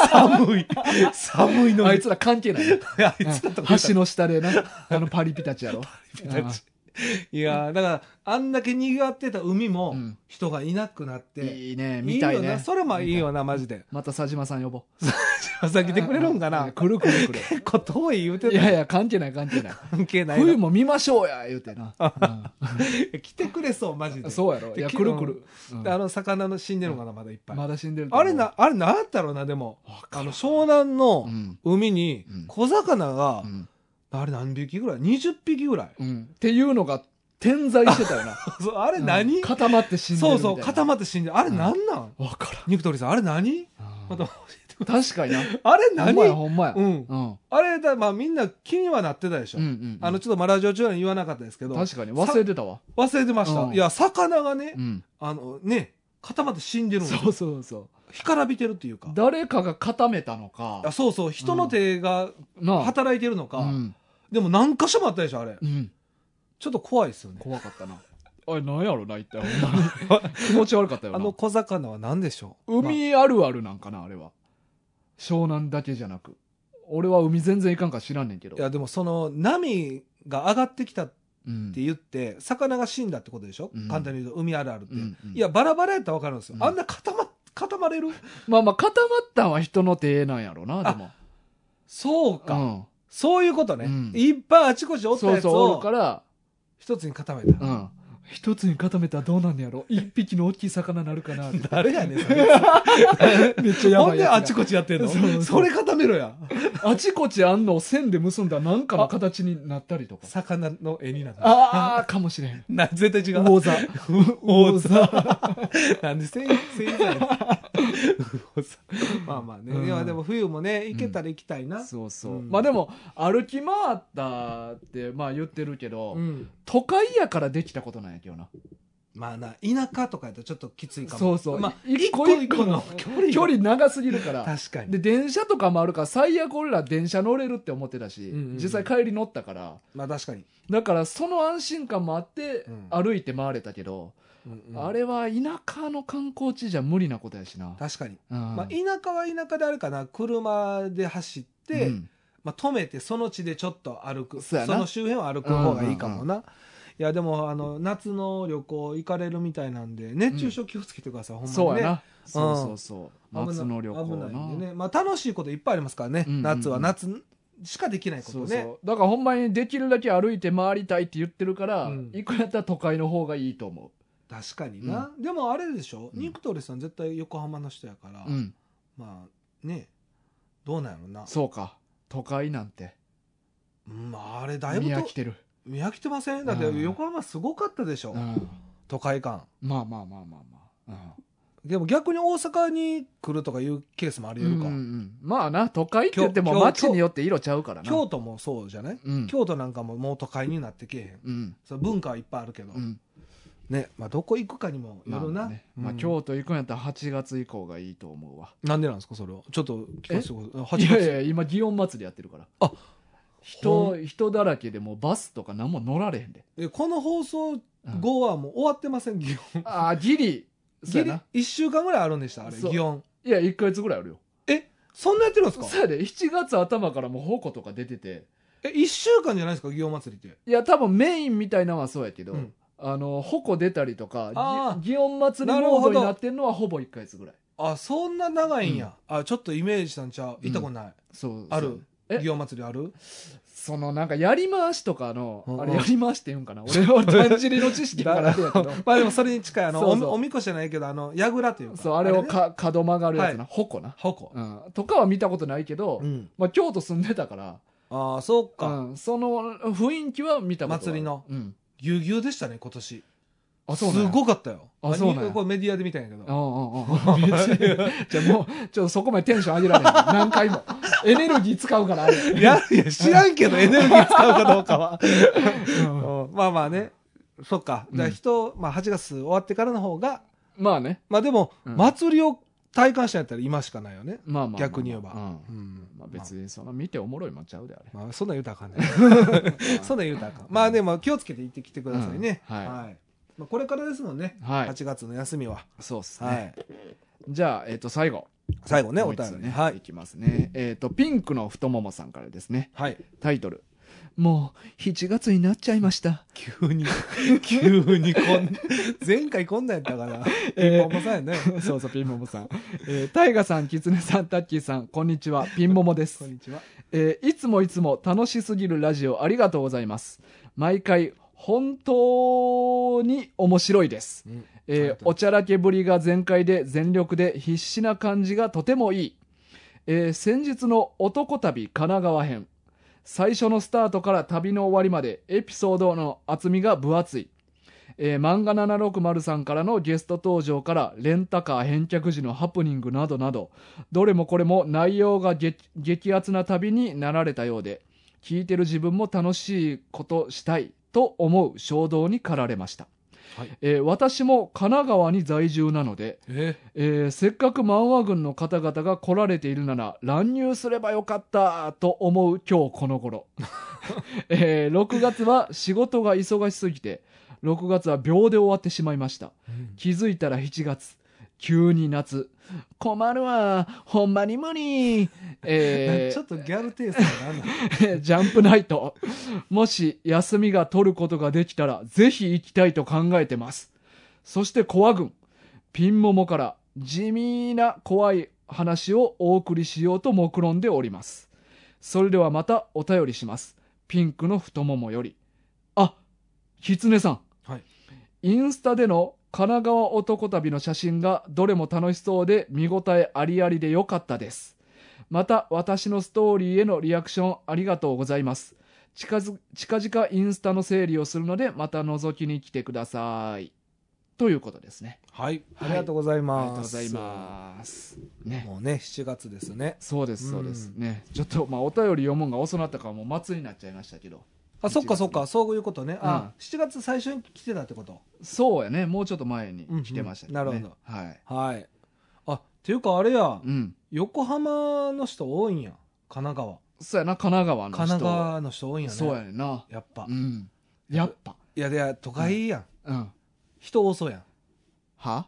寒いのに。
あいつら関係ない。
あいつらと
橋の下でな、パリピたちやろ。
パリピたち。いやだからあんだけ賑わってた海も人がいなくなって、
いいね、見たいね。
それもいいよなマジで。
また佐島さん呼ぼう。
佐島さん来てくれるんかな。
来る。
結構遠い言うてた。
いや関係ない。関係ない。冬も見ましょうや言うてな。
来てくれそうマジで。
そうやろ。いや来る。
魚の死んでるのかなまだいっぱい。
まだ死んでる。
あれなんやったろうな。でも湘南の海に小魚があれ何匹ぐらい ?20 匹ぐらい、
っていうのが点在してたよな。
あれ何、
固まって死んでるみたいな。
そう固まって死んでる。あれ何なん、
わからん。
肉鳥さんあれ何、また教えてください。
確かにな。
あれ何、
ほんまや。
あれだ、まあみんな気にはなってたでしょ。ちょっとまあラジオ中は言わなかったですけど。
確かに忘れてたわ。
忘れてました。いや魚がね、固まって死んでるんですよ。
そう。
干からびてるっていうか。
誰かが固めたのか。
そう人の手が働いてるのか。でも何箇所もあったでしょあれ。ちょっと怖いですよね。
怖かったな。あれ何やろな一体。気持ち悪かったよな。
小魚は何でしょう。
海あるあるなんかなあれは。湘南だけじゃなく。俺は海全然いかんか知らんねんけど。
いやでもその波が上がってきたって言って、魚が死んだってことでしょ、簡単に言うと海あるあるって、いやバラバラやったら分かるんですよ、あんな固まれる。
まあ固まったんは人の手なんやろな。でも
そうか、そういうことね、いっぱいあちこちおったやつを
おるから
一つに固めた、
一つに固めたらどうなんねやろ。一匹の大きい魚なるかな。
誰やねんそれ。
めっちゃやばいやつ。
ほんであちこちやってんの。それ固めろや。
あちこちあんのを線で結んだなんかの形になったりとか。
魚の絵になった。
ああかもしれん。
絶対違う。
魚座。
魚座。なんで正座や。まあまあね。いやでも冬もね行けたら行きたいな。
そう。まあでも歩き回ったってまあ言ってるけど、都会やからできたことなんやけどな。
まあな、田舎とかやとちょっときついかも。
そうそう。
まあ、
一個一個の距離長すぎるから。
確かに。
で、電車とかもあるから、最悪俺ら電車乗れるって思ってたし、実際帰り乗ったから。
まあ確かに。
だから、その安心感もあって、歩いて回れたけど、あれは田舎の観光地じゃ無理なことやしな。
確かに。まあ、田舎は田舎であるかな、車で走って、まあ、止めてその地でちょっと歩く。その周辺を歩く方がいいかもな。いやでも夏の旅行行かれるみたいなんで熱中症気をつけてください、ほんまにね。
そうやな。そう夏の旅行
危ないんでね。まあ楽しいこといっぱいありますからね。夏は夏しかできないことね。
だからほんまにできるだけ歩いて回りたいって言ってるから、行くやったら都会の方がいいと思う。
確かにな。でもあれでしょ、ニクトリさん絶対横浜の人やから、まあね、どうなんやろな。
そうか、都会なんて
あれだいぶ
見飽きてる。
見飽きてません？だって横浜すごかったでしょ、都会感。
まあ、
でも逆に大阪に来るとかいうケースもあり得るか。
まあな、都会って言っても街によって色ちゃうからな。
京都もそうじゃない、京都なんかももう都会になってけえへん、その文化はいっぱいあるけど、ね、まあどこ行くかにもよるな。
まあ京都行くんやったら8月以降がいいと思うわ。
なんでなんですかそれは。ちょっと聞かせてください。
いやいや、今祇園祭りやってるから。あ、人だらけでもうバスとか何も乗られへんで。
この放送後はもう終わってません、祇園。
ああ、ギリ
1週間ぐらいあるんでした、あれ祇園。
いや1ヶ月ぐらいあるよ。
そんなやってるんですか？
そうやで、7月頭からもう鉾とか出てて。
1週間じゃないですか祇園祭りって。
いや多分メインみたいなのはそうやけど、鉾出たりとか祇園祭りモードになってるのはほぼ1ヶ月ぐらい。
あ、そんな長いんや。ちょっとイメージしたんちゃう。行ったことない。ある？祇園祭りある？
そのなんかやり回しとかの、あれやり回しって言うんかな、俺はだんじりの知識からあれやけど
まあでもそれに近いおみこしじゃないけど櫓というか、
そうあれを角曲がるやつな、鉾な
鉾
とかは見たことないけど、まあ京都住んでたから、
ああそうか、
その雰囲気は見たことある。
祭りのぎゅうぎゅうでしたね今年。す
ご
ごかったよ。
あ、そうね。
これメディアで見たんやけど。
じゃあもう、ちょっとそこまでテンション上げられない。何回も。エネルギー使うから、あれ。
いや、知らんけど、エネルギー使うかどうかは。まあまあね。そっか。じゃあまあ8月終わってからの方が。
まあね。
まあでも、祭りを体感したんやったら今しかないよね。
まあまあ。
逆に言えば。
まあ別にその見ておもろいもんちゃうであれ。
まあそんなん言うたらあかんね。そんなん言うたらあかん。まあでも気をつけて行ってきてくださいね。はい。これからですもんね、8月の休みは。
そうですね。じゃあ、最後
ね、お便りね。
いきますね。ピンクの太ももさんからですね。タイトル。もう、7月になっちゃいました。
急に前回こんなんやったかな。ピンモモさんやね。
そうそう、ピンモモさん。タイガさん、キツネさん、タッキーさん、こんにちは。ピンモモです。
こんにちは。
いつも楽しすぎるラジオありがとうございます。毎回、本当に面白いです、おちゃらけぶりが全開で全力で必死な感じがとてもいい、先日の男旅神奈川編、最初のスタートから旅の終わりまでエピソードの厚みが分厚い、漫画760さんからのゲスト登場からレンタカー返却時のハプニングなどなど、どれもこれも内容が激アツな旅になられたようで、聞いてる自分も楽しいことしたいと思う衝動に駆られました、私も神奈川に在住なので、せっかく漫画軍の方々が来られているなら乱入すればよかったと思う今日この頃、6月は仕事が忙しすぎて6月は秒で終わってしまいました、気づいたら7月、急に夏、困るわ、ほんまに無理、ち
ょっとギャルテイストなんだ
ジャンプナイト、もし休みが取ることができたらぜひ行きたいと考えてます。そしてコア軍、ピンモモから地味な怖い話をお送りしようと目論んでおります。それではまたお便りします。ピンクの太ももより。あ、キツネさん、インスタでの神奈川男旅の写真がどれも楽しそうで見応えありありでよかったです。また私のストーリーへのリアクションありがとうございます。近々インスタの整理をするのでまた覗きに来てください。ということですね。
はい、ありがとうございます。
ありがとうございます。ね、
もうね7月ですね。
そうですそうですね。ちょっとまあお便り読むんが遅なったからもう祭りになっちゃいましたけど。
あ、そっかそっか、そういうことね。
うん
あ、7月最初に来てたってこと。
そうやね。もうちょっと前に来てましたけどね。
なるほど。
はい。
はい。あ、っていうかあれや、
うん。
横浜の人多いんや。神奈川。
そうやな、神奈川の人。
神奈川の人多いんやね。
そうやねんな。
やっぱ。
うん。やっぱ。
いや、いや、都会やん。
うん。
人多そうやん。
は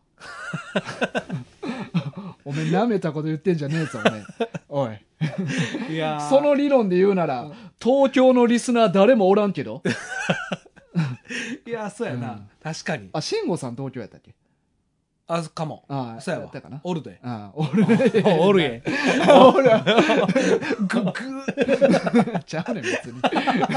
おめえ舐めたこと言ってんじゃねえぞ、おい。
いやー
その理論で言うなら、東京のリスナー誰もおらんけど。
いや、そうやな。
うん
確かに。
あ、慎吾さん東京やったっけ？
あ、かも。
ああ、
そうやわ
ったかな。
おるで。
ああ、おる。
おるえ。
おる。ちゃうねん、別に。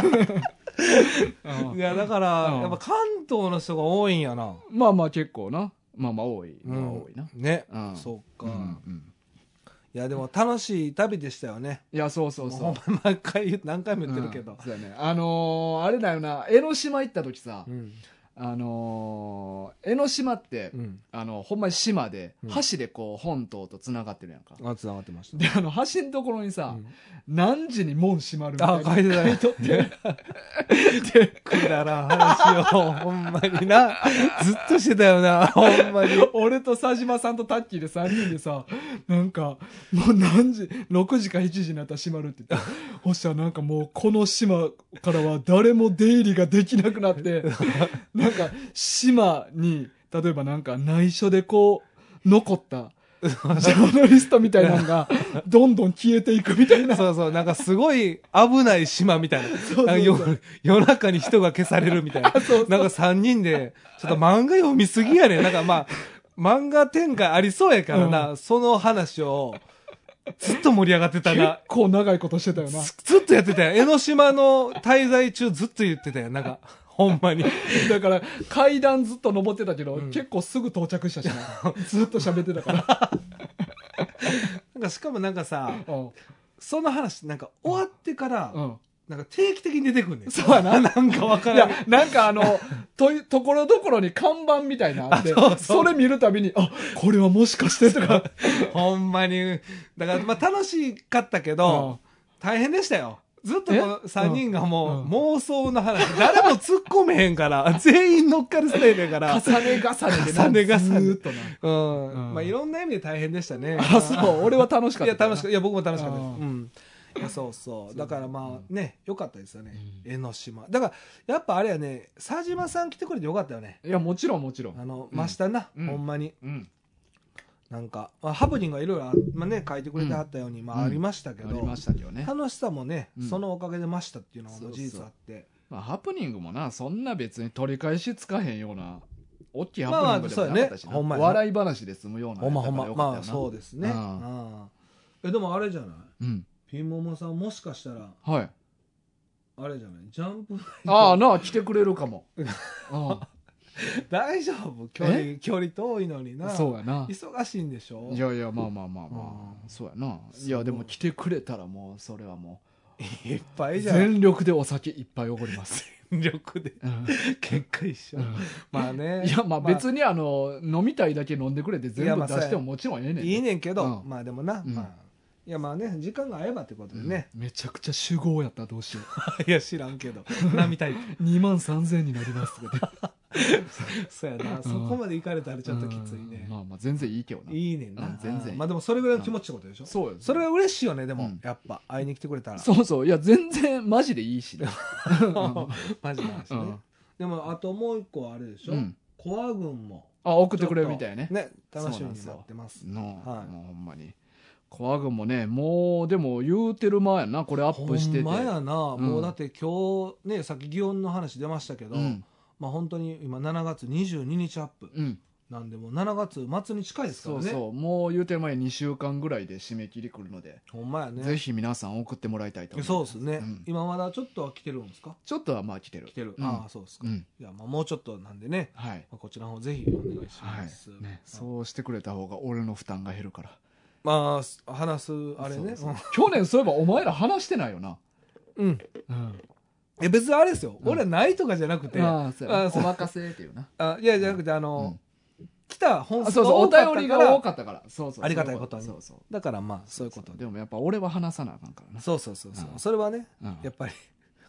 いや、だから
うん
やっぱ関東の人が多いんやな。
まあまあ結構な。まあまあ多いのは多いな。
ね。
うん
そっか。
うん
いや、でも楽しい旅でしたよね。
いや、そうそうそう。
ほんま何回も言ってるけど。
そうやね。あれだよな、江ノ島行った時さ、
うん。
江ノ島って
う、ん。
ほんまに島で、
うん
橋でこう本島と繋がってるやんか。
あ、繋がってました。
で、橋のところにさ、
うん
何時に門閉まるみたい
あ、
な。
書いてたよ。
とって。
くだらん話を、ほんまにな。ずっとしてたよな、ほんまに。
俺と佐島さんとタッキーで3人でさ、なんか、もう何時、6時か7時になったら閉まるって言って、そしたらなんかもうこの島からは誰も出入りができなくなって、なんか島に、例えばなんか内緒でこう、残った、ジャーナリストみたいなのが、どんどん消えていくみたいな。
そうそう、なんかすごい危ない島みたいな。
そうそう
なんか夜中に人が消されるみたいな。なんか3人で、ちょっと漫画読みすぎやねん。なんかまあ、漫画展開ありそうやからな、その話を、ずっと盛り上がってた
結
な。
構長いことしてたよな。
ずっとやってたよ。江ノ島の滞在中ずっと言ってたよ。なんか、ほんまに。
だから階段ずっと登ってたけど、
うん
結構すぐ到着したしな。ずっと喋ってたから。
なんかしかもなんかさ、
うん
その話、なんか終わってから、
うん
なんか定期的に出てくんねん。
そうやな。
なんかわか
い
らん。
や、なんかところどころに看板みたいなのあって、
あそうそう
それ見るたびに、あ、これはもしかしてとか。
ほんまに。だから、まあ楽しかったけど、大変でしたよ。ずっとこの3人がもう、妄想の話、誰も突っ込めへんから、全員乗っかるスタイルやから。
重ね重ねでな、
重ね重ね
ずーっとな。
まあいろんな意味で大変でしたね。
あ、そう。俺は楽しかった。
いや、楽しかった。いや、僕も楽しかったです。
う
うん。いやそうそう。だからまあね、よかったですよね。江ノ島。だから、やっぱあれやね、佐島さん来てくれてよかったよね。
いや、もちろんもちろん。
真下な、
うん
ほんまに。
うん。
なんか、まあハプニングがいろいろまあね、書いてくれてはったように、まあありましたけど、
ありましたけどね。
楽しさもね、
うん
そのおかげで増したっていうのはもう事実あって。
まあ、ハプニングもな、そんな別に取り返しつかへんような、大きいハプニングでもなかったしな、
まあまあそうやねほんまやな
笑い話で済むような。
ほんまほんま。まあ
う。
そうですね。でもあれじゃない、
うん。
ピンモモさんもしかしたら、
はい。
あれじゃないジャンプ
ああ、なあ、来てくれるかも。うん
大丈夫距離遠いのにな。
そうやな。
忙しいんでしょ。
いやいや、まあまあまあまあ、そうやな。いや、でも来てくれたらもう、それはも
いっぱ
う、
いじゃん。
全力でお酒いっぱいおごります。
全力で。
うん
結果一緒。
うん
まあね。
いや、まあ別に飲みたいだけ飲んでくれて全部
いやまあ
出してももちろんええねん。
いいねんけど、
うん
まあでもな、
うん
まあ。いやまあね、時間が合えばってことでね。
めちゃくちゃ酒豪やったらどうしよ
いや知らんけど。飲みたい。
う。2万3000円になりますとかで。
そうやな。そこまで行かれたらちょっときついね。
まあまあ全然いいけどな。
いいねんな。
全然いい
まあでもそれぐらいの気持ちってことでしょ。
そうよ。
それは嬉しいよね、でも
うん。
やっぱ、会いに来てくれたら。
そうそう。いや、全然マジでいいしね。
マジな話ね。でも、あともう一個はあれでしょ。
うん
コア軍も。
あ、送ってくれるみたいね。
ね、楽しみになってます。
の、
はい
もうほんまに。コア軍もね、もうでも言うてる前やな、これアップしてて。
ほんまやな、
うん
もうだって今日ね、さっき祇園の話出ましたけど、
うん。
まあ本当に今7月22日アップ
うん。
なんで、もう7月末に近いですからね。
そうそう。もう言うてる前に2週間ぐらいで締め切り来るので、
ほんまやね。
ぜひ皆さん送ってもらいたいと思います。
そうですね、
ん
今まだちょっとは来てるんですか。
ちょっとはまあ来てる。
来てる。
うん
ああ、そうですか。
うん
いや、まあもうちょっとなんでね、
はい。
まあこちらの方ぜひお願いし
はい
ます。。
ね、そうしてくれた方が俺の負担が減るから。
まあ、話す、あれね。
そう去年そういえばお前ら話してないよな。
うん。
うん。
別にあれですよ。
うん
俺はないとかじゃなくて、
ああ、そうやな
あそう
お任せっていうな。
いや、じゃなくて、
うん
来た本数が
あそうそう、お
多かったから、
便りが多かったから。そうそう。
ありがたいことに
そうそう。
だからまあ、そういうことで。
でもやっぱ俺は話さなあかんからな。
そうそうそうそう。
うん
それはね、
うん
やっぱり、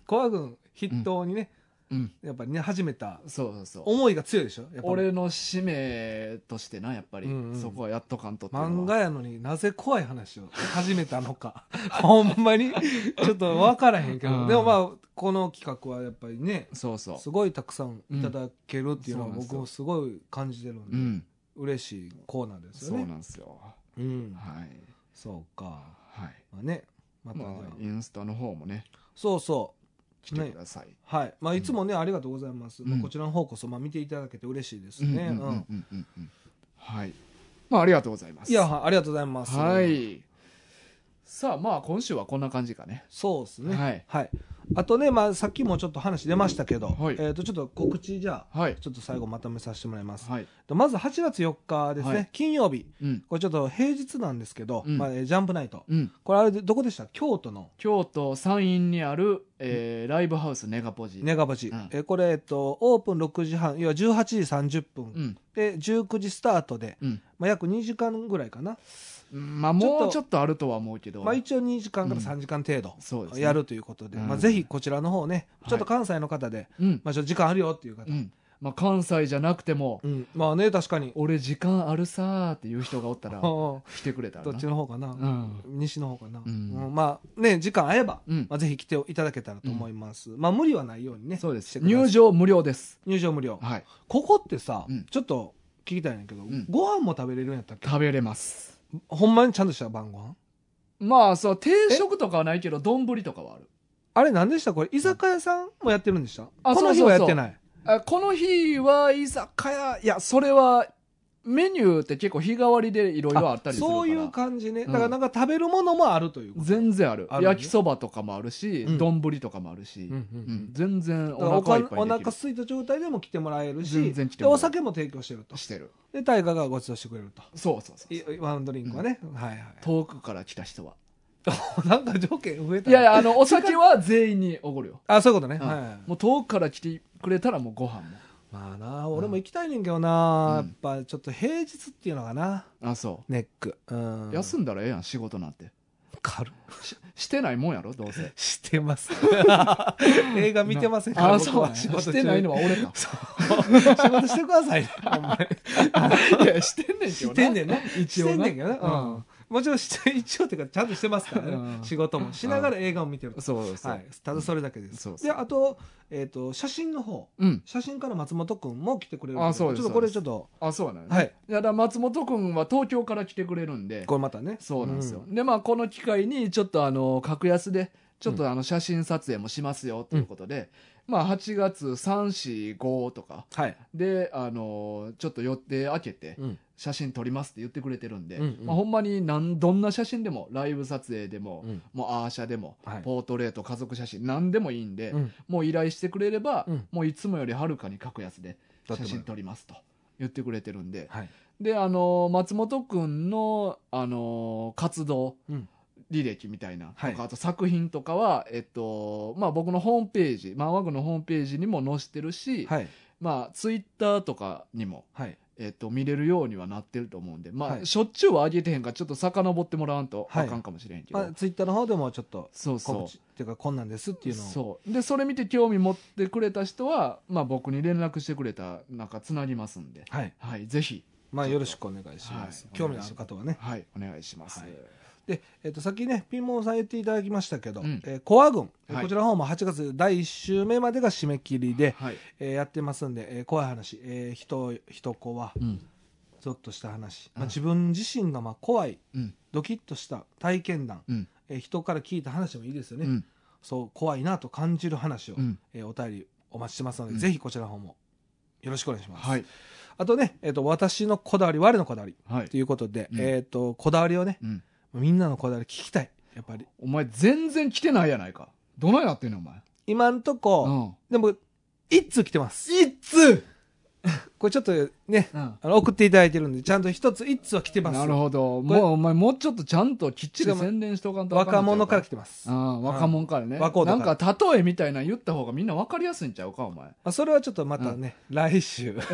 コア軍筆頭にね、やっぱりね始めた
そうそう
思いが強いでしょ。やっぱ
俺の使命としてなやっぱり、そこはやっとかんとっていうのは
漫画やのになぜ怖い話を始めたのかほんまにちょっと分からへんけど、でもまあこの企画はやっぱりね
そうそう
すごいたくさんいただけるっていうのは僕もすごい感じてるんで、嬉しいコーナーですよね。
そうなんですよ。はい。
そうか。
はい。
まあね、また
インスタの方もね。
そうそう。
来てください。
はい。まあいつもねありがとうございます。こちらの方こそ見ていただけて嬉しいですね。
はい。まあありがとうございます。
いやありがとうございます。
はい。さあまあ今週はこんな感じかね。
そうですね。はい。あとね、まあ、さっきもちょっと話出ましたけど、
はい、
ちょっと告知じゃあ、
はい、
ちょっと最後まとめさせてもらいます。
はい、
まず8月4日ですね、
はい、
金曜日、これちょっと平日なんですけど、ジャンプナイト。これあれどこでした？京都
山陰にある、ライブハウスネガポジ。
これ、オープン6時半、要は18時30分、で、19時スタートで、約2時間ぐらいかな。
まあもうちょっとあるとは思うけど、
まあ、一応2時間から3時間程度やるということで、まあ、ぜひこちらの方ねちょっと関西の方で、まあ、ちょっと時間あるよっていう方、
まあ、関西じゃなくても、
まあね確かに
俺時間あるさーっていう人がおったら来てくれたら
どっちの方かな、西の方かな、まあね時間合えば、まあ、ぜひ来ていただけたらと思います、まあ無理はないようにね。
そうです。入場無料です。
入場無料、
はい、
ここってさ、ちょっと聞きたいんだけど、ご飯も食べれるんやったっけ？
食べれます。
ほんまにちゃんとした晩ご飯？
まあそう定食とかはないけど丼とかはある。
あれ何でしたこれ？居酒屋さんもやってるんでした？この日はやってない。
この日は居酒屋、いやそれはメニューって結構日替わりでいろいろあったりするから。
そういう感じね。だからなんか食べるものもあるということ。
全然ある。焼きそばとかもあるし、丼とかもあるし、全然お腹いっぱいできる。
お腹空いた状態でも来てもらえるし、でお酒も提供してると。
してる。
で大河がご馳走してくれると。
そう
ワンドリンクはね。はいはい。
遠くから来た人は。
なんか条件増えた。
いやいやお酒は全員におごるよ。
あ、そういうことね。
もう遠くから来てくれたらもうご飯も。
まあな、俺も行きたいねんけどな、やっぱちょっと平日っていうのがな。
あ、そう
ネック。
休んだらええやん仕事なんて。
軽
してないもんやろどうせ。
してます。映画見てませんか
ら。あ、そう。してないのは俺か。
仕事してくださいね。
いやしてんねんけどな。
してんねんな。
一応な。
してんねんけどな。もちろん一応っていうかちゃんとしてますからね、仕事もしながら映画を見てる。
そうそう、
ただそれだけです。であと写真の方、写真から松本くんも来てくれる。
あ、そうです。
ちょっとこれちょっと
そうなんですね。いやだ松本くんは東京から来てくれるんで、
これまたね。
そうなんですよ。でまあこの機会にちょっと格安でちょっと写真撮影もしますよということで、まあ8月3、4、5とかでちょっと予定開けて写真撮りますって言ってくれてるんで、まあほんまにどんな写真でもライブ撮影でも、もうアーシャでも、ポートレート家族写真何でもいいんで、もう依頼してくれれば、もういつもよりはるかに格安で写真撮りますと言ってくれてるんで、で松本くんの活動、履歴みたいなとか、あと作品とかはまあ僕のホームページ、漫画部のホームページにも載せてるし、まあツイッターとかにも見れるようにはなってると思うんで、まあしょっちゅうは上げてへんからちょっと遡ってもらわんとあかんかもしれんけど、
ツイッターの方でもちょっと
告知
っていうかこんなんですっていうのを、
そうでそれ見て興味持ってくれた人はまあ僕に連絡してくれたなんかつなぎますんで、ぜひ
まあよろしくお願いします。興味のある方はね、
お願いします。
でさっきねピンモンさん言っていただきましたけど、コア軍、こちらの方も8月第1週目までが締め切りで、やってますんで、怖い話、人子は、ゾッとした話、自分自身が怖い、ドキッとした体験談、人から聞いた話もいいですよね、そう怖いなと感じる話を、お便りお待ちしてますので、ぜひこちらの方もよろしくお願いします。あとね、私のこだわり我のこだわりということで、こだわりをね、みんなのこだわり聞きたい。やっぱり
お前全然来てないやないか。どないなってんのお前。
今んとこ、でも一通来てます。
一通
これちょっとね、送っていただいてるんでちゃんと一通は来てます。
なるほど。もうお前もうちょっとちゃんときっちり宣伝しとかんと。
若者から来てます。
若者からね。なんか例えみたいな言った方がみんな分かりやすいんちゃうかお前。
それはちょっとまたね、来週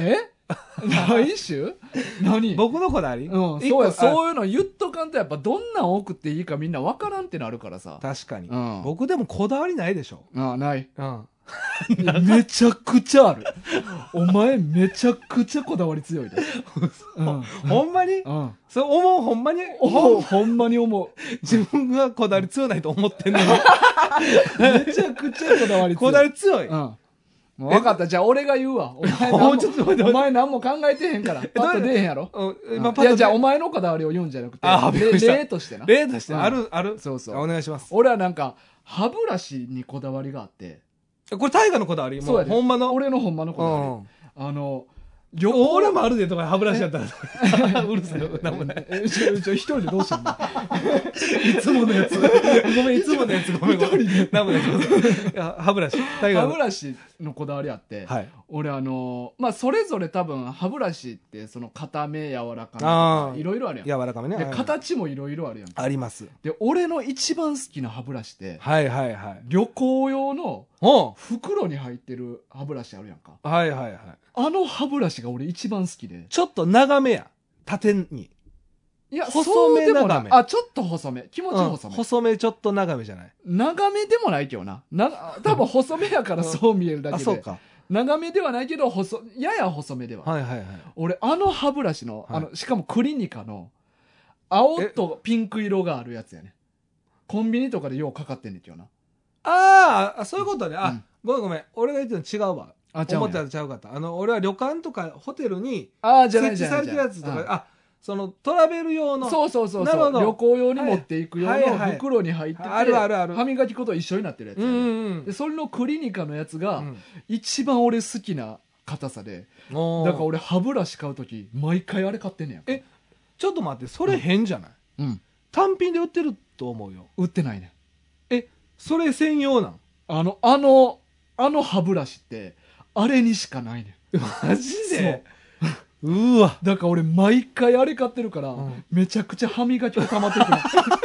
来週何
僕のこだわり、
うん、そうや、そういうの言っとかんとやっぱどんなん送っていいかみんな分からんってなるからさ。
確かに、
うん、
僕でもこだわりないでしょ。
ああ、ない、
うん、
めちゃくちゃある。お前めちゃくちゃこだわり強いで、
うん、ほんまに、うん、それ思う、ほんまに
ほんまに思う。
自分がこだわり強ないと思ってんのに
めちゃくちゃこだわり強い。
こだわり強い、
うん、分かった。じゃあ俺が言うわ。お前何も考えてへんから。パッと出えへんやろ。いや、じゃあお前のこだわりを言うんじゃなくて、例としてな。
例として、ある。
そうそう。
お願いします。
俺はなんか、歯ブラシにこだわりがあって。
これ大河のこだわり？
そうやで。
ほんまの？
俺のほんまのこだわり。
俺もあるでとか歯ブラシやったらうるさいよ。なんもない。
一人でどうしたの
いつものやつ。ごめん、いつものやつ。ごめん。なんもない。歯ブラシ。
歯ブラシのこだわりあって、はい、俺まあ、それぞれ多分歯ブラシってその硬め、柔らかめとかいろいろあるやん。
柔らかめね。
で、形もいろいろあるやん。
あります。
で、俺の一番好きな歯ブラシって、
はいはいはい。
旅行用の袋に入ってる歯ブラシあるやんか。
はいはいはい。
あの歯ブラシが俺一番好きで。
ちょっと長めや。縦に。
いや、細め長め。あ、ちょっと細め。気持ち細め。
細めちょっと長めじゃない。
長めでもないけどな。多分細めやからそう見えるだけで。
あ、そうか。
長めではないけど、やや細めでは。
はいはいはい。
俺、あの歯ブラシの、しかもクリニカの、青とピンク色があるやつやね。コンビニとかでようかかってんねんけどな。
ああ、そういうことね。あ、ごめんごめん。俺が言ってるの違うわ。思ったらちゃうかった。俺は旅館とかホテルに設置されてるやつとか、あ、そのトラベル用の。
そう。旅行用に持っていく用の袋に入ってて、歯磨き粉と一緒になってるやつやね。で、それのクリニカのやつが、一番俺好きな硬さで、だから俺歯ブラシ買うとき、毎回あれ買ってんねや。
ちょっと待って、それ変じゃない？うん。単品で売ってると思うよ。
売ってないね。
それ専用なん？
あの歯ブラシって、あれにしかないね
ん。マジで？うわ。
だから俺毎回あれ買ってるから、めちゃくちゃ歯磨きが溜まってくる。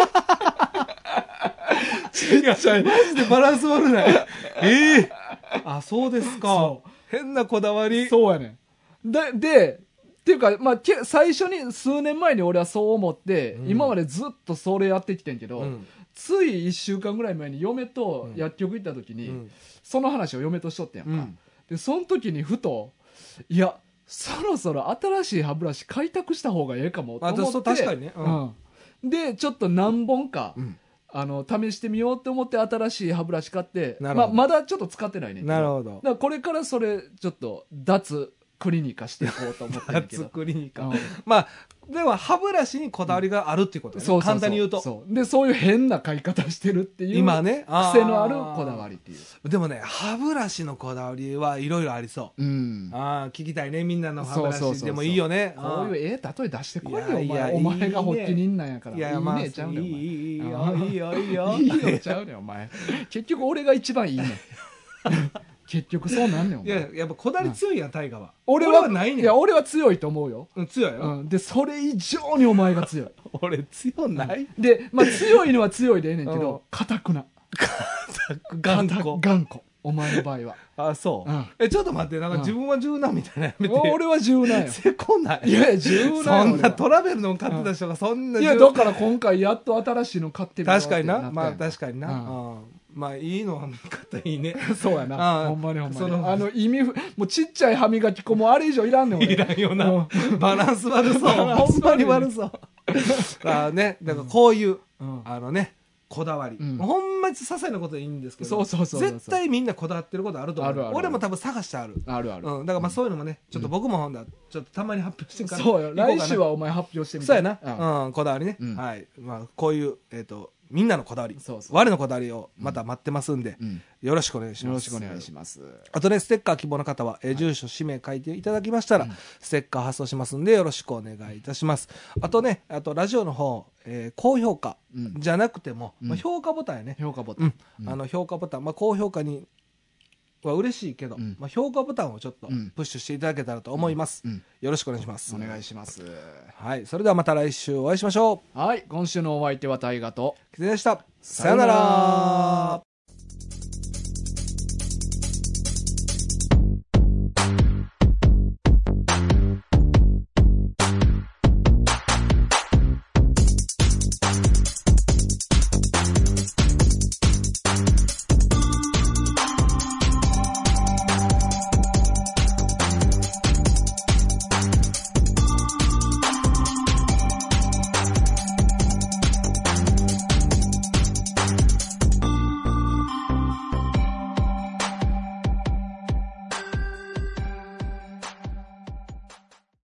ちっちゃい。マジでバランス悪ない。あ、そうですか。変なこだわり。
そうやねん。で、っていうか、まあ、最初に数年前に俺はそう思って、今までずっとそれやってきてんけど、つい1週間ぐらい前に嫁と薬局行った時に、その話を嫁としとってんやんか。で、その時にふと、いや、そろそろ新しい歯ブラシ開拓した方がええかもと思って、
確かにね。
で、ちょっと何本か、試してみようと思って新しい歯ブラシ買って、まだちょっと使ってないねんけど。
なるほど。
だからこれからそれ、ちょっと脱クリニカしていこうと思ってるけど。
脱クリニカ。まあ、では歯ブラシにこだわりがあるっていうことね。簡単に言うと。
で、そういう変な買い方してるっていう。
今ね。
癖のあるこだわりっていう。
でもね、歯ブラシのこだわりはいろいろありそう。聞きたいね。みんなの歯ブラシでもいいよね。
こういう例え出してこいよ、お前が発起人なんやから。いや、まあ、いいねちゃうねん。
いいよ。いいよ
ちゃうねん、お前。結局俺が一番いいねん。結局そうなんねん。
いや、やっぱこだわり強いやん、大河は。
俺はないねん。いや、俺は強いと思うよ。
強いよ。
で、それ以上にお前が強い。
俺強ない？
で、まあ強いのは強いでええねんけど、硬くな。
頑固。
頑固。お前の場合は。
あ、そう。ちょっと待って、なんか自分は柔軟みたいなやめて。
俺は柔軟よ。
せこない。
いや、柔軟。
そんなトラベルの買ってた人がそんな。
いや、だから今回やっと新しいの買ってみようって
確かにな。まあ確かにな。まあいいのは見方いいね。
そうやな。ほんまにほんまに。もうちっちゃい歯磨き粉もあれ以上いらんねん。
いらんよな。バランス悪そう。ほんまに悪そう。ね、だからこういう、こだわり。ほんまに些細なことでいいんですけど、絶対みんなこだわってることあると思う。俺も多分探してある。
ある。だ
からまあそういうのもね、ちょっと僕もほんだちょっとたまに発表してから。
そうよ。来週はお前発表してみて。
そうやな。こだわりね。はい。まあこういう、みんなのこだわり、我のこだわりをまた待ってますんで、よろしくお願いします。
よろしくお願いします。
あとね、ステッカー希望の方は、住所、氏名書いていただきましたら、ステッカー発送しますんで、よろしくお願いいたします。あとね、ラジオの方、高評価じゃなくても、評価ボタンやね。
評価ボタン。
評価ボタン、高評価には嬉しいけど、評価ボタンをちょっとプッシュしていただけたらと思います。よろしくお願いします。
お願いします。
はい、それではまた来週お会いしましょ
う。はい、今週のお相手は大河と
キツネでした。さよなら。